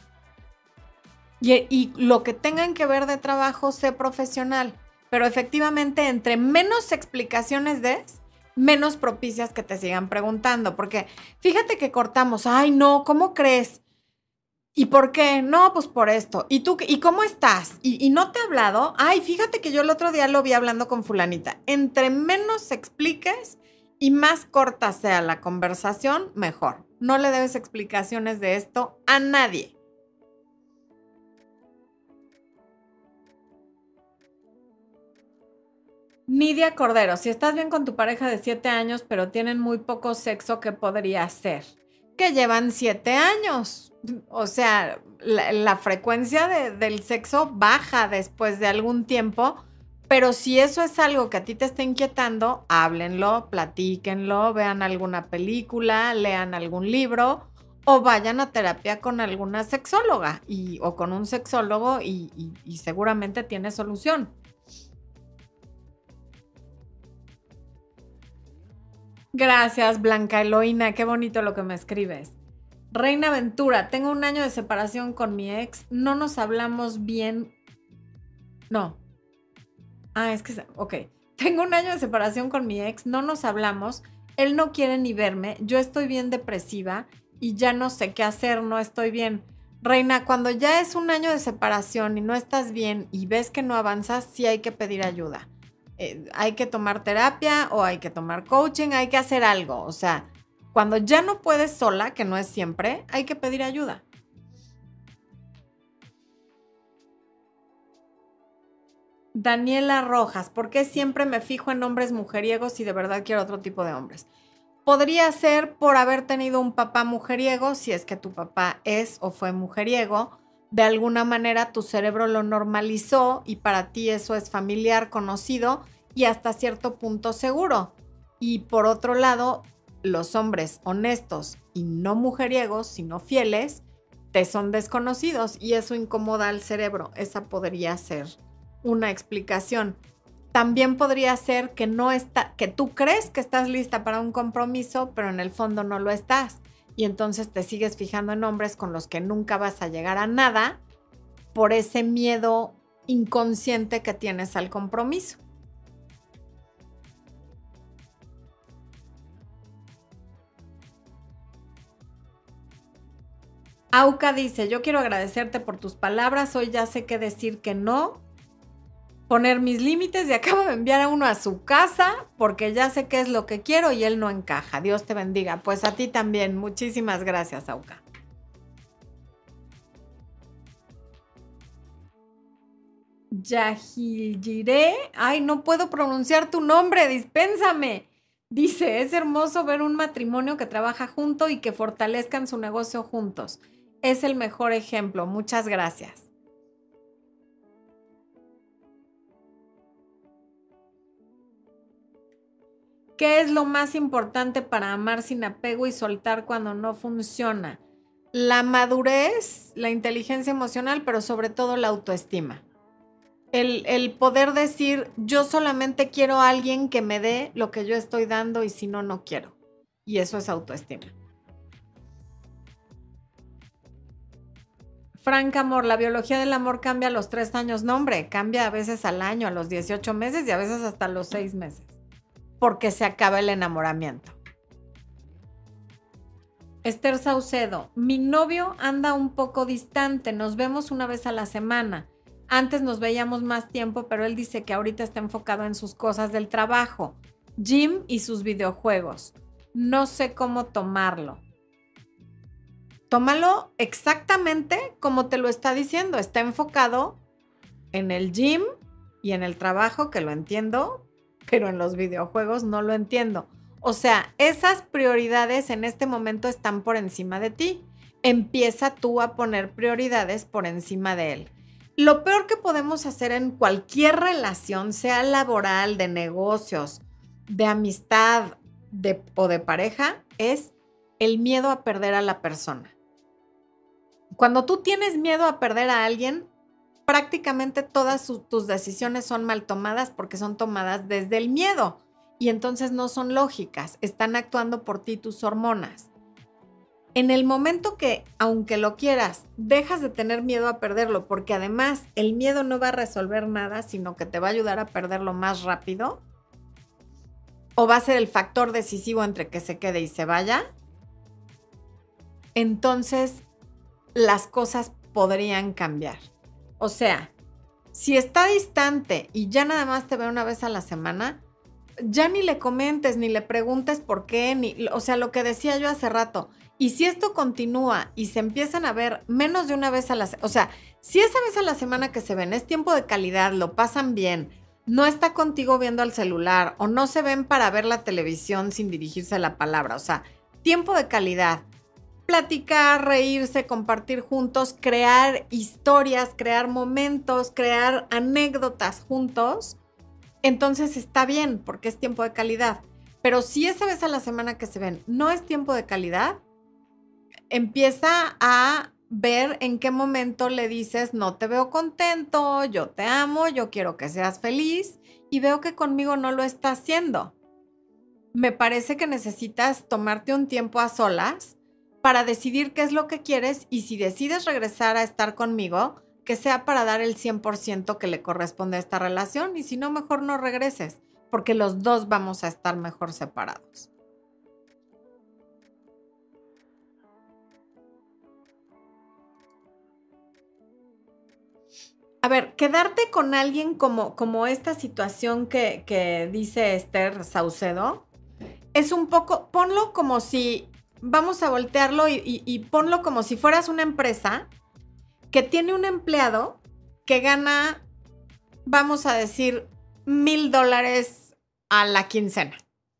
Y, y lo que tengan que ver de trabajo, sé profesional. Pero efectivamente, entre menos explicaciones des, menos propicias que te sigan preguntando. Porque fíjate que cortamos. Ay, no, ¿cómo crees? ¿Y por qué? No, pues por esto. ¿Y tú qué- y cómo estás? ¿Y, y no te he hablado? Ay, fíjate que yo el otro día lo vi hablando con fulanita. Entre menos expliques y más corta sea la conversación, mejor. No le debes explicaciones de esto a nadie. Nidia Cordero, si estás bien con tu pareja de siete años, pero tienen muy poco sexo, ¿qué podría hacer? Que llevan siete años. O sea, la, la frecuencia de- del sexo baja después de algún tiempo, pero si eso es algo que a ti te está inquietando, háblenlo, platíquenlo, vean alguna película, lean algún libro o vayan a terapia con alguna sexóloga y, o con un sexólogo y, y y seguramente tiene solución. Gracias, Blanca Eloína, qué bonito lo que me escribes. Reina Ventura, tengo un año de separación con mi ex, no nos hablamos bien. No, ah, es que, se- ok. Tengo un año de separación con mi ex, no nos hablamos, él no quiere ni verme, yo estoy bien depresiva y ya no sé qué hacer, no estoy bien. Reina, cuando ya es un año de separación y no estás bien y ves que no avanzas, sí hay que pedir ayuda. Eh, hay que tomar terapia o hay que tomar coaching, hay que hacer algo. O sea, cuando ya no puedes sola, que no es siempre, hay que pedir ayuda. Daniela Rojas, ¿por qué siempre me fijo en hombres mujeriegos y de verdad quiero otro tipo de hombres? Podría ser por haber tenido un papá mujeriego, si es que tu papá es o fue mujeriego. De alguna manera tu cerebro lo normalizó y para ti eso es familiar, conocido y hasta cierto punto seguro. Y por otro lado, los hombres honestos y no mujeriegos, sino fieles, te son desconocidos y eso incomoda al cerebro. Esa podría ser una explicación. También podría ser que no está, que tú crees que estás lista para un compromiso, pero en el fondo no lo estás. Y entonces te sigues fijando en hombres con los que nunca vas a llegar a nada por ese miedo inconsciente que tienes al compromiso. Auca dice, yo quiero agradecerte por tus palabras, hoy ya sé qué decir que no, poner mis límites y acabo de enviar a uno a su casa porque ya sé qué es lo que quiero y él no encaja. Dios te bendiga. Pues a ti también. Muchísimas gracias, Auca. Yajilgiré. Ay, no puedo pronunciar tu nombre, dispénsame. Dice, es hermoso ver un matrimonio que trabaja junto y que fortalezcan su negocio juntos. Es el mejor ejemplo. Muchas gracias. ¿Qué es lo más importante para amar sin apego y soltar cuando no funciona? La madurez, la inteligencia emocional, pero sobre todo la autoestima. El, el poder decir, yo solamente quiero a alguien que me dé lo que yo estoy dando y si no, no quiero. Y eso es autoestima. Frank Amor, la biología del amor cambia a los tres años. No, hombre, cambia a veces al año, a los dieciocho meses y a veces hasta los seis meses. Porque se acaba el enamoramiento. Esther Saucedo, mi novio anda un poco distante, nos vemos una vez a la semana. Antes nos veíamos más tiempo, pero él dice que ahorita está enfocado en sus cosas del trabajo, gym y sus videojuegos. No sé cómo tomarlo. Tómalo exactamente como te lo está diciendo. Está enfocado en el gym y en el trabajo, que lo entiendo, pero en los videojuegos no lo entiendo. O sea, esas prioridades en este momento están por encima de ti. Empieza tú a poner prioridades por encima de él. Lo peor que podemos hacer en cualquier relación, sea laboral, de negocios, de amistad de, o de pareja, es el miedo a perder a la persona. Cuando tú tienes miedo a perder a alguien, prácticamente todas su, tus decisiones son mal tomadas porque son tomadas desde el miedo y entonces no son lógicas, están actuando por ti tus hormonas. En el momento que, aunque lo quieras, dejas de tener miedo a perderlo, porque además el miedo no va a resolver nada, sino que te va a ayudar a perderlo más rápido, o va a ser el factor decisivo entre que se quede y se vaya, entonces las cosas podrían cambiar. O sea, si está distante y ya nada más te ve una vez a la semana, ya ni le comentes, ni le preguntes por qué, ni, o sea, lo que decía yo hace rato. Y si esto continúa y se empiezan a ver menos de una vez a la semana, o sea, si esa vez a la semana que se ven es tiempo de calidad, lo pasan bien, no está contigo viendo al celular o no se ven para ver la televisión sin dirigirse la palabra, o sea, tiempo de calidad, platicar, reírse, compartir juntos, crear historias, crear momentos, crear anécdotas juntos, entonces está bien porque es tiempo de calidad. Pero si esa vez a la semana que se ven no es tiempo de calidad, empieza a ver en qué momento le dices, no te veo contento, yo te amo, yo quiero que seas feliz y veo que conmigo no lo está haciendo. Me parece que necesitas tomarte un tiempo a solas para decidir qué es lo que quieres y si decides regresar a estar conmigo, que sea para dar el cien por ciento que le corresponde a esta relación y si no, mejor no regreses, porque los dos vamos a estar mejor separados. A ver, quedarte con alguien como, como esta situación que, que dice Esther Saucedo, es un poco, ponlo como si, vamos a voltearlo y, y, y ponlo como si fueras una empresa que tiene un empleado que gana, vamos a decir, mil dólares a la quincena.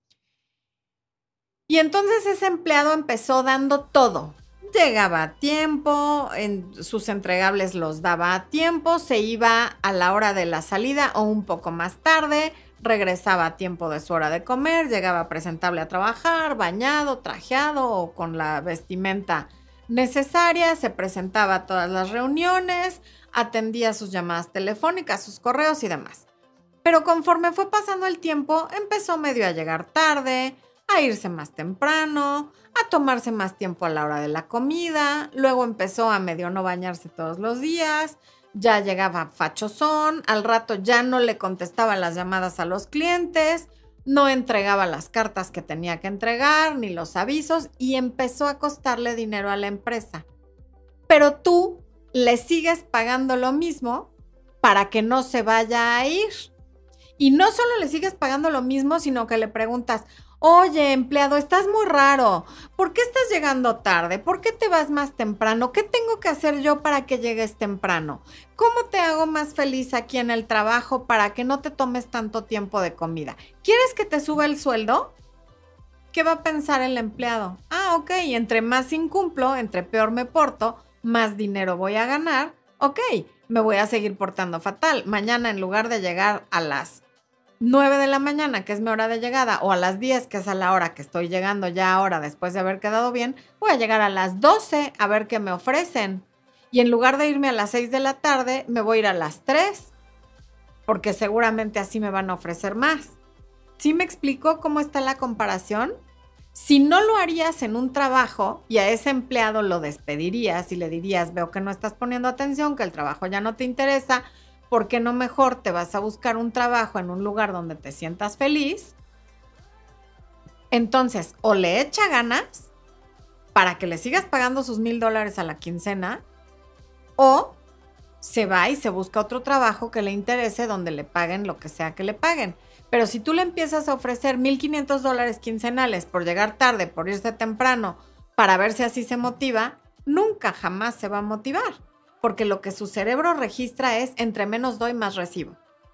Y entonces ese empleado empezó dando todo. Llegaba a tiempo, en sus entregables los daba a tiempo, se iba a la hora de la salida o un poco más tarde, regresaba a tiempo de su hora de comer, llegaba presentable a trabajar, bañado, trajeado o con la vestimenta necesaria, se presentaba a todas las reuniones, atendía sus llamadas telefónicas, sus correos y demás. Pero conforme fue pasando el tiempo, empezó medio a llegar tarde, a irse más temprano, a tomarse más tiempo a la hora de la comida, luego empezó a medio no bañarse todos los días, ya llegaba fachosón, al rato ya no le contestaba las llamadas a los clientes, no entregaba las cartas que tenía que entregar, ni los avisos, y empezó a costarle dinero a la empresa. Pero tú le sigues pagando lo mismo para que no se vaya a ir. Y no solo le sigues pagando lo mismo, sino que le preguntas, oye, empleado, estás muy raro. ¿Por qué estás llegando tarde? ¿Por qué te vas más temprano? ¿Qué tengo que hacer yo para que llegues temprano? ¿Cómo te hago más feliz aquí en el trabajo para que no te tomes tanto tiempo de comida? ¿Quieres que te suba el sueldo? ¿Qué va a pensar el empleado? Ah, ok, entre más incumplo, entre peor me porto, más dinero voy a ganar. Ok, me voy a seguir portando fatal. Mañana, en lugar de llegar a las nueve de la mañana, que es mi hora de llegada, o a las diez, que es a la hora que estoy llegando ya ahora después de haber quedado bien, voy a llegar a las doce a ver qué me ofrecen. Y en lugar de irme a las seis de la tarde, me voy a ir a las tres, porque seguramente así me van a ofrecer más. ¿Sí me explico cómo está la comparación? Si no lo harías en un trabajo y a ese empleado lo despedirías y le dirías, veo que no estás poniendo atención, que el trabajo ya no te interesa, ¿por qué no mejor te vas a buscar un trabajo en un lugar donde te sientas feliz? Entonces, o le echa ganas para que le sigas pagando sus mil dólares a la quincena, o se va y se busca otro trabajo que le interese donde le paguen lo que sea que le paguen. Pero si tú le empiezas a ofrecer mil quinientos dólares quincenales por llegar tarde, por irse temprano, para ver si así se motiva, nunca jamás se va a motivar. Porque lo que su cerebro registra es entre menos doy, más recibo.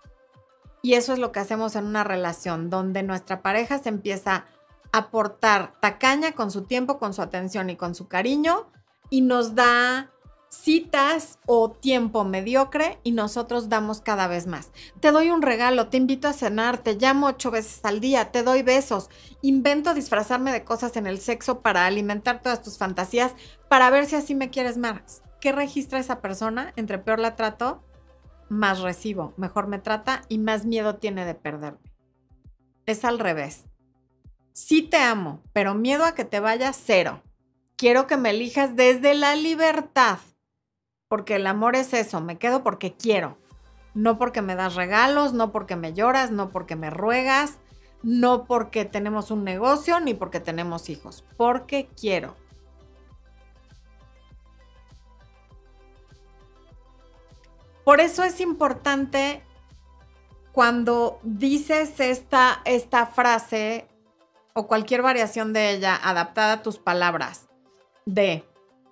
Y eso es lo que hacemos en una relación donde nuestra pareja se empieza a portar tacaña con su tiempo, con su atención y con su cariño y nos da citas o tiempo mediocre y nosotros damos cada vez más. Te doy un regalo, te invito a cenar, te llamo ocho veces al día, te doy besos, invento disfrazarme de cosas en el sexo para alimentar todas tus fantasías, para ver si así me quieres más. ¿Qué registra esa persona? Entre peor la trato, más recibo, mejor me trata y más miedo tiene de perderme. Es al revés. Sí te amo, pero miedo a que te vayas, cero. Quiero que me elijas desde la libertad, porque el amor es eso, me quedo porque quiero, no porque me das regalos, no porque me lloras, no porque me ruegas, no porque tenemos un negocio, ni porque tenemos hijos, porque quiero. Por eso es importante cuando dices esta, esta frase o cualquier variación de ella adaptada a tus palabras, de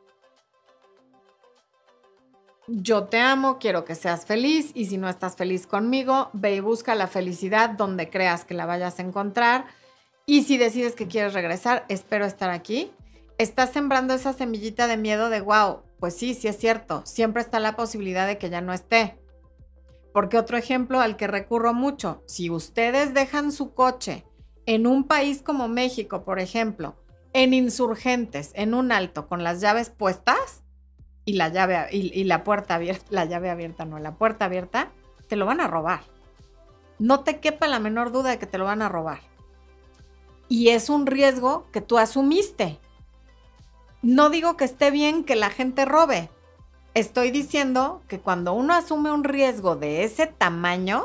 yo te amo, quiero que seas feliz y si no estás feliz conmigo, ve y busca la felicidad donde creas que la vayas a encontrar y si decides que quieres regresar, espero estar aquí. Estás sembrando esa semillita de miedo de wow, pues sí, sí es cierto, siempre está la posibilidad de que ya no esté. Porque otro ejemplo al que recurro mucho, si ustedes dejan su coche en un país como México, por ejemplo, en Insurgentes, en un alto, con las llaves puestas y la llave y, y la puerta abierta, la llave abierta no, la puerta abierta, te lo van a robar. No te quepa la menor duda de que te lo van a robar. Y es un riesgo que tú asumiste. No digo que esté bien que la gente robe. Estoy diciendo que cuando uno asume un riesgo de ese tamaño,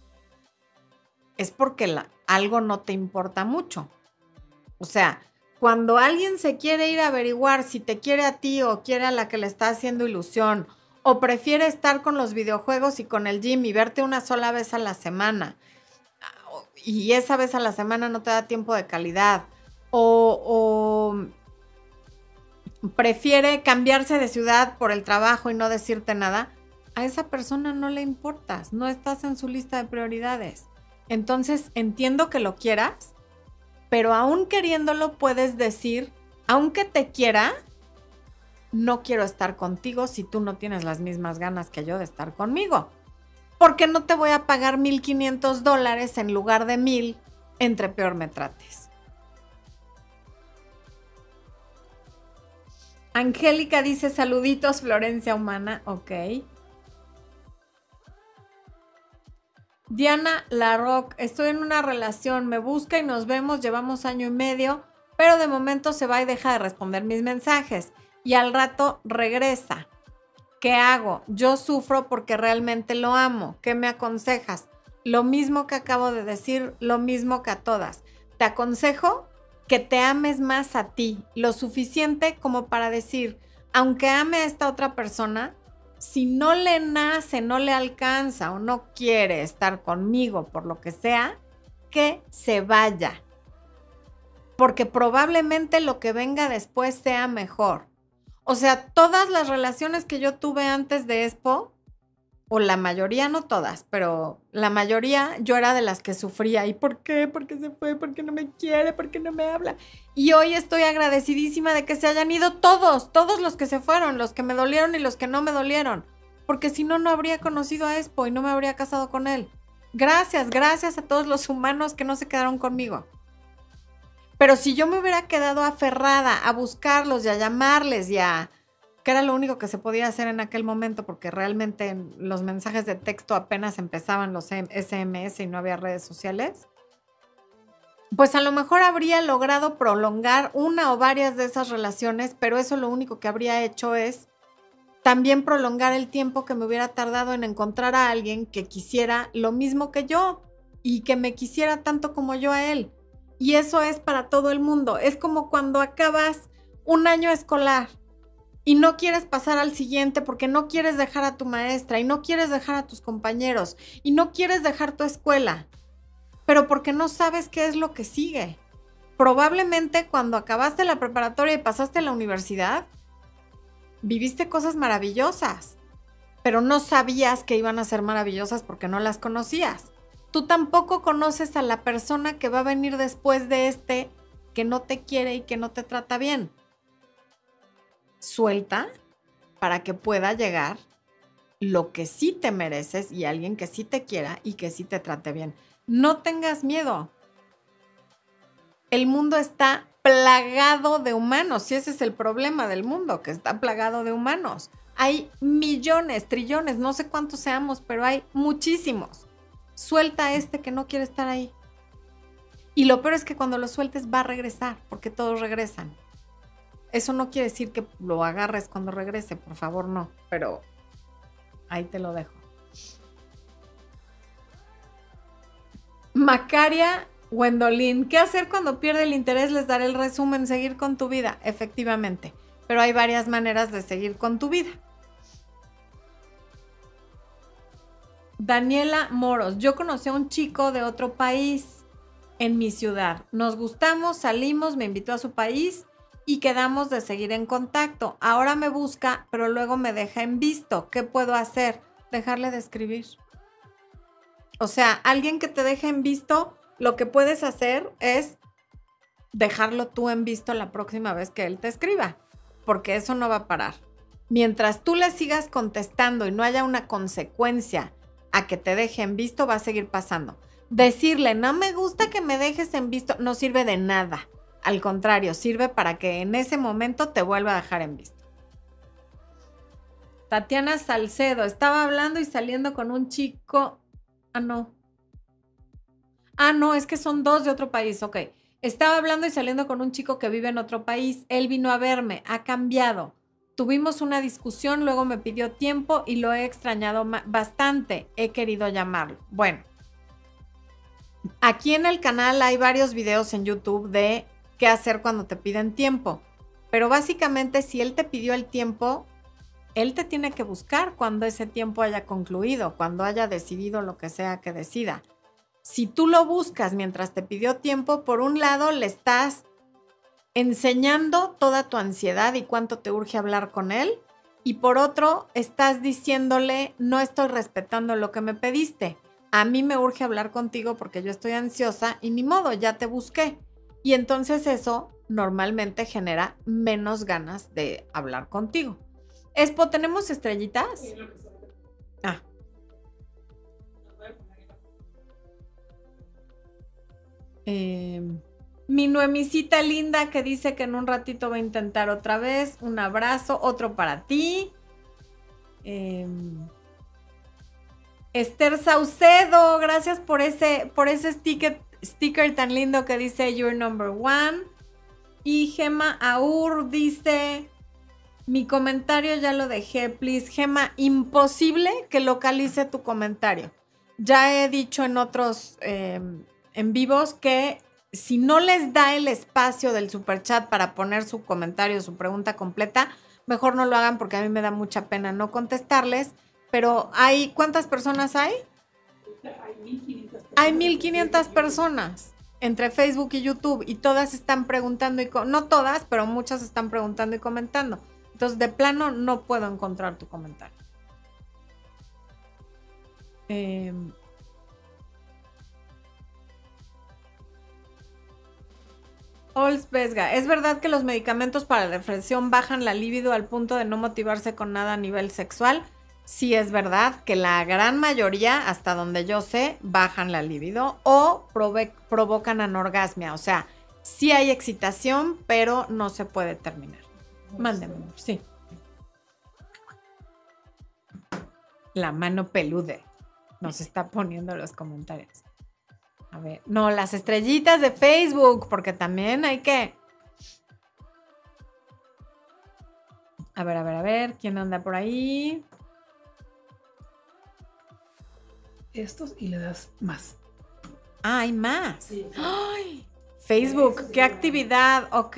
es porque la, algo no te importa mucho. O sea, cuando alguien se quiere ir a averiguar si te quiere a ti o quiere a la que le está haciendo ilusión, o prefiere estar con los videojuegos y con el gym y verte una sola vez a la semana, y esa vez a la semana no te da tiempo de calidad, o, o prefiere cambiarse de ciudad por el trabajo y no decirte nada, a esa persona no le importas, no estás en su lista de prioridades. Entonces, entiendo que lo quieras, pero aún queriéndolo puedes decir, aunque te quiera, no quiero estar contigo si tú no tienes las mismas ganas que yo de estar conmigo. Porque no te voy a pagar mil quinientos dólares en lugar de mil, entre peor me trates. Angélica dice, saluditos, Florencia Humana. Ok. Diana Larrock, estoy en una relación, me busca y nos vemos, llevamos año y medio, pero de momento se va y deja de responder mis mensajes y al rato regresa. ¿Qué hago? Yo sufro porque realmente lo amo. ¿Qué me aconsejas? Lo mismo que acabo de decir, lo mismo que a todas. Te aconsejo que te ames más a ti, lo suficiente como para decir, aunque ame a esta otra persona, si no le nace, no le alcanza o no quiere estar conmigo por lo que sea, que se vaya. Porque probablemente lo que venga después sea mejor. O sea, todas las relaciones que yo tuve antes de Expo, o la mayoría, no todas, pero la mayoría, yo era de las que sufría. ¿Y por qué? ¿Por qué se fue? ¿Por qué no me quiere? ¿Por qué no me habla? Y hoy estoy agradecidísima de que se hayan ido todos, todos los que se fueron, los que me dolieron y los que no me dolieron. Porque si no, no habría conocido a Expo y no me habría casado con él. Gracias, gracias a todos los humanos que no se quedaron conmigo. Pero si yo me hubiera quedado aferrada a buscarlos y a llamarles y a... que era lo único que se podía hacer en aquel momento porque realmente los mensajes de texto apenas empezaban los ese eme ese y no había redes sociales, pues a lo mejor habría logrado prolongar una o varias de esas relaciones, pero eso lo único que habría hecho es también prolongar el tiempo que me hubiera tardado en encontrar a alguien que quisiera lo mismo que yo y que me quisiera tanto como yo a él. Y eso es para todo el mundo. Es como cuando acabas un año escolar y no quieres pasar al siguiente porque no quieres dejar a tu maestra y no quieres dejar a tus compañeros y no quieres dejar tu escuela, pero porque no sabes qué es lo que sigue. Probablemente cuando acabaste la preparatoria y pasaste a la universidad, viviste cosas maravillosas, pero no sabías que iban a ser maravillosas porque no las conocías. Tú tampoco conoces a la persona que va a venir después de este que no te quiere y que no te trata bien. Suelta para que pueda llegar lo que sí te mereces y alguien que sí te quiera y que sí te trate bien. No tengas miedo. El mundo está plagado de humanos y ese es el problema del mundo, que está plagado de humanos. Hay millones, trillones, no sé cuántos seamos, pero hay muchísimos. Suelta a este que no quiere estar ahí. Y lo peor es que cuando lo sueltes va a regresar, porque todos regresan. Eso no quiere decir que lo agarres cuando regrese, por favor, no. Pero ahí te lo dejo. Macaria Wendolin, ¿qué hacer cuando pierde el interés? Les daré el resumen, seguir con tu vida, efectivamente. Pero hay varias maneras de seguir con tu vida. Daniela Moros, yo conocí a un chico de otro país en mi ciudad. Nos gustamos, salimos, me invitó a su país y quedamos de seguir en contacto. Ahora me busca, pero luego me deja en visto. ¿Qué puedo hacer? Dejarle de escribir. O sea, alguien que te deje en visto, lo que puedes hacer es dejarlo tú en visto la próxima vez que él te escriba, porque eso no va a parar. Mientras tú le sigas contestando y no haya una consecuencia a que te deje en visto, va a seguir pasando. Decirle, no me gusta que me dejes en visto, no sirve de nada. Al contrario, sirve para que en ese momento te vuelva a dejar en visto. Tatiana Salcedo, estaba hablando y saliendo con un chico... Ah, no. Ah, no, es que son dos de otro país, ok. Estaba hablando y saliendo con un chico que vive en otro país. Él vino a verme, ha cambiado. Tuvimos una discusión, luego me pidió tiempo y lo he extrañado bastante. He querido llamarlo. Bueno, aquí en el canal hay varios videos en YouTube de qué hacer cuando te piden tiempo. Pero básicamente, si él te pidió el tiempo, él te tiene que buscar cuando ese tiempo haya concluido, cuando haya decidido lo que sea que decida. Si tú lo buscas mientras te pidió tiempo, por un lado le estás enseñando toda tu ansiedad y cuánto te urge hablar con él, y por otro estás diciéndole, no estoy respetando lo que me pediste. A mí me urge hablar contigo porque yo estoy ansiosa y ni modo, ya te busqué. Y entonces eso normalmente genera menos ganas de hablar contigo. Expo, ¿tenemos estrellitas? Sí, lo que sea. Ah. Eh, mi Noemicita linda que dice que en un ratito va a intentar otra vez. Un abrazo, otro para ti. Eh, Esther Saucedo, gracias por ese, por ese sticker, sticker tan lindo que dice You're number one. Y Gema Aur dice... Mi comentario ya lo dejé, please. Gema, imposible que localice tu comentario. Ya he dicho en otros eh, en vivos que si no les da el espacio del superchat para poner su comentario, su pregunta completa, mejor no lo hagan porque a mí me da mucha pena no contestarles. Pero hay, ¿cuántas personas hay? Hay mil quinientas personas. Hay mil quinientas personas entre Facebook y YouTube y todas están preguntando, y no todas, pero muchas están preguntando y comentando. Entonces, de plano, no puedo encontrar tu comentario. Eh, Ols Vesga, ¿es verdad que los medicamentos para la depresión bajan la libido al punto de no motivarse con nada a nivel sexual? Sí, es verdad que la gran mayoría, hasta donde yo sé, bajan la libido o provo- provocan anorgasmia. O sea, sí hay excitación, pero no se puede terminar. Mándeme, sí. La mano pelude nos está poniendo los comentarios. A ver, no, las estrellitas de Facebook, porque también hay que... A ver, a ver, a ver, ¿quién anda por ahí? Estos y le das más. Ah, hay más. Sí, sí. ¡Ay! Facebook, qué actividad. Ok.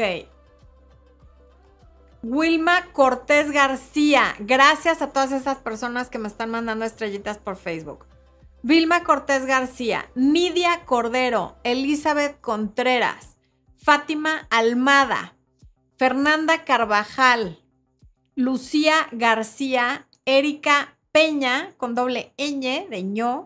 Wilma Cortés García. Gracias a todas esas personas que me están mandando estrellitas por Facebook. Vilma Cortés García, Nidia Cordero, Elizabeth Contreras, Fátima Almada, Fernanda Carvajal, Lucía García, Erika Peña, con doble ñ de ño,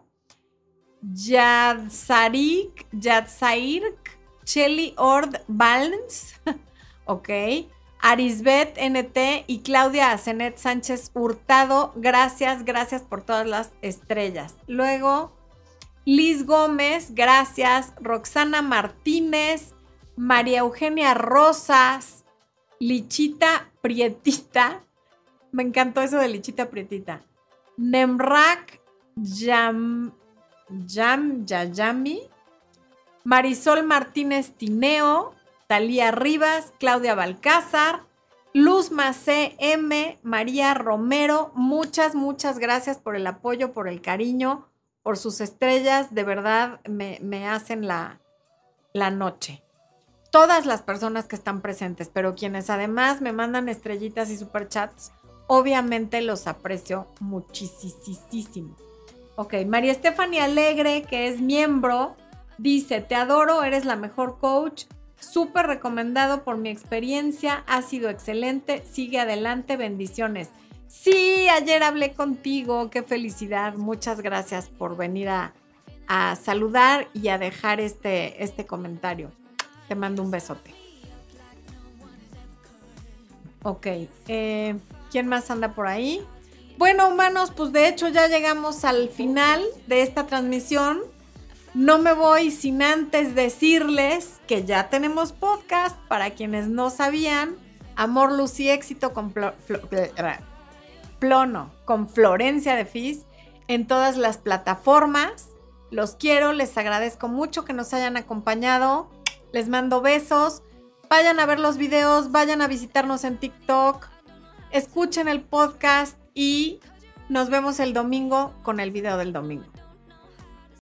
Yadzarik, Yadzairk, Shelly Ord Balens, ok, Arisbet N T y Claudia Azenet Sánchez Hurtado. Gracias, gracias por todas las estrellas. Luego, Liz Gómez, gracias. Roxana Martínez, María Eugenia Rosas, Lichita Prietita. Me encantó eso de Lichita Prietita. Nemrak Yam, Yam Yayami, Marisol Martínez Tineo, Talía Rivas, Claudia Balcázar, Luz Macé M, María Romero. Muchas, muchas gracias por el apoyo, por el cariño, por sus estrellas. De verdad me, me hacen la, la noche. Todas las personas que están presentes, pero quienes además me mandan estrellitas y superchats, obviamente los aprecio muchísimo. Ok, María Estefania Alegre, que es miembro, dice: te adoro, eres la mejor coach. Súper recomendado por mi experiencia, ha sido excelente, sigue adelante, bendiciones. Sí, ayer hablé contigo, qué felicidad, muchas gracias por venir a, a saludar y a dejar este, este comentario. Te mando un besote. Ok, eh, ¿quién más anda por ahí? Bueno, humanos, pues de hecho ya llegamos al final de esta transmisión. No me voy sin antes decirles que ya tenemos podcast para quienes no sabían. Amor, Luz y Éxito con Plo, Flo, Plono, con Florencia de Fis en todas las plataformas. Los quiero, les agradezco mucho que nos hayan acompañado. Les mando besos. Vayan a ver los videos, vayan a visitarnos en TikTok. Escuchen el podcast y nos vemos el domingo con el video del domingo.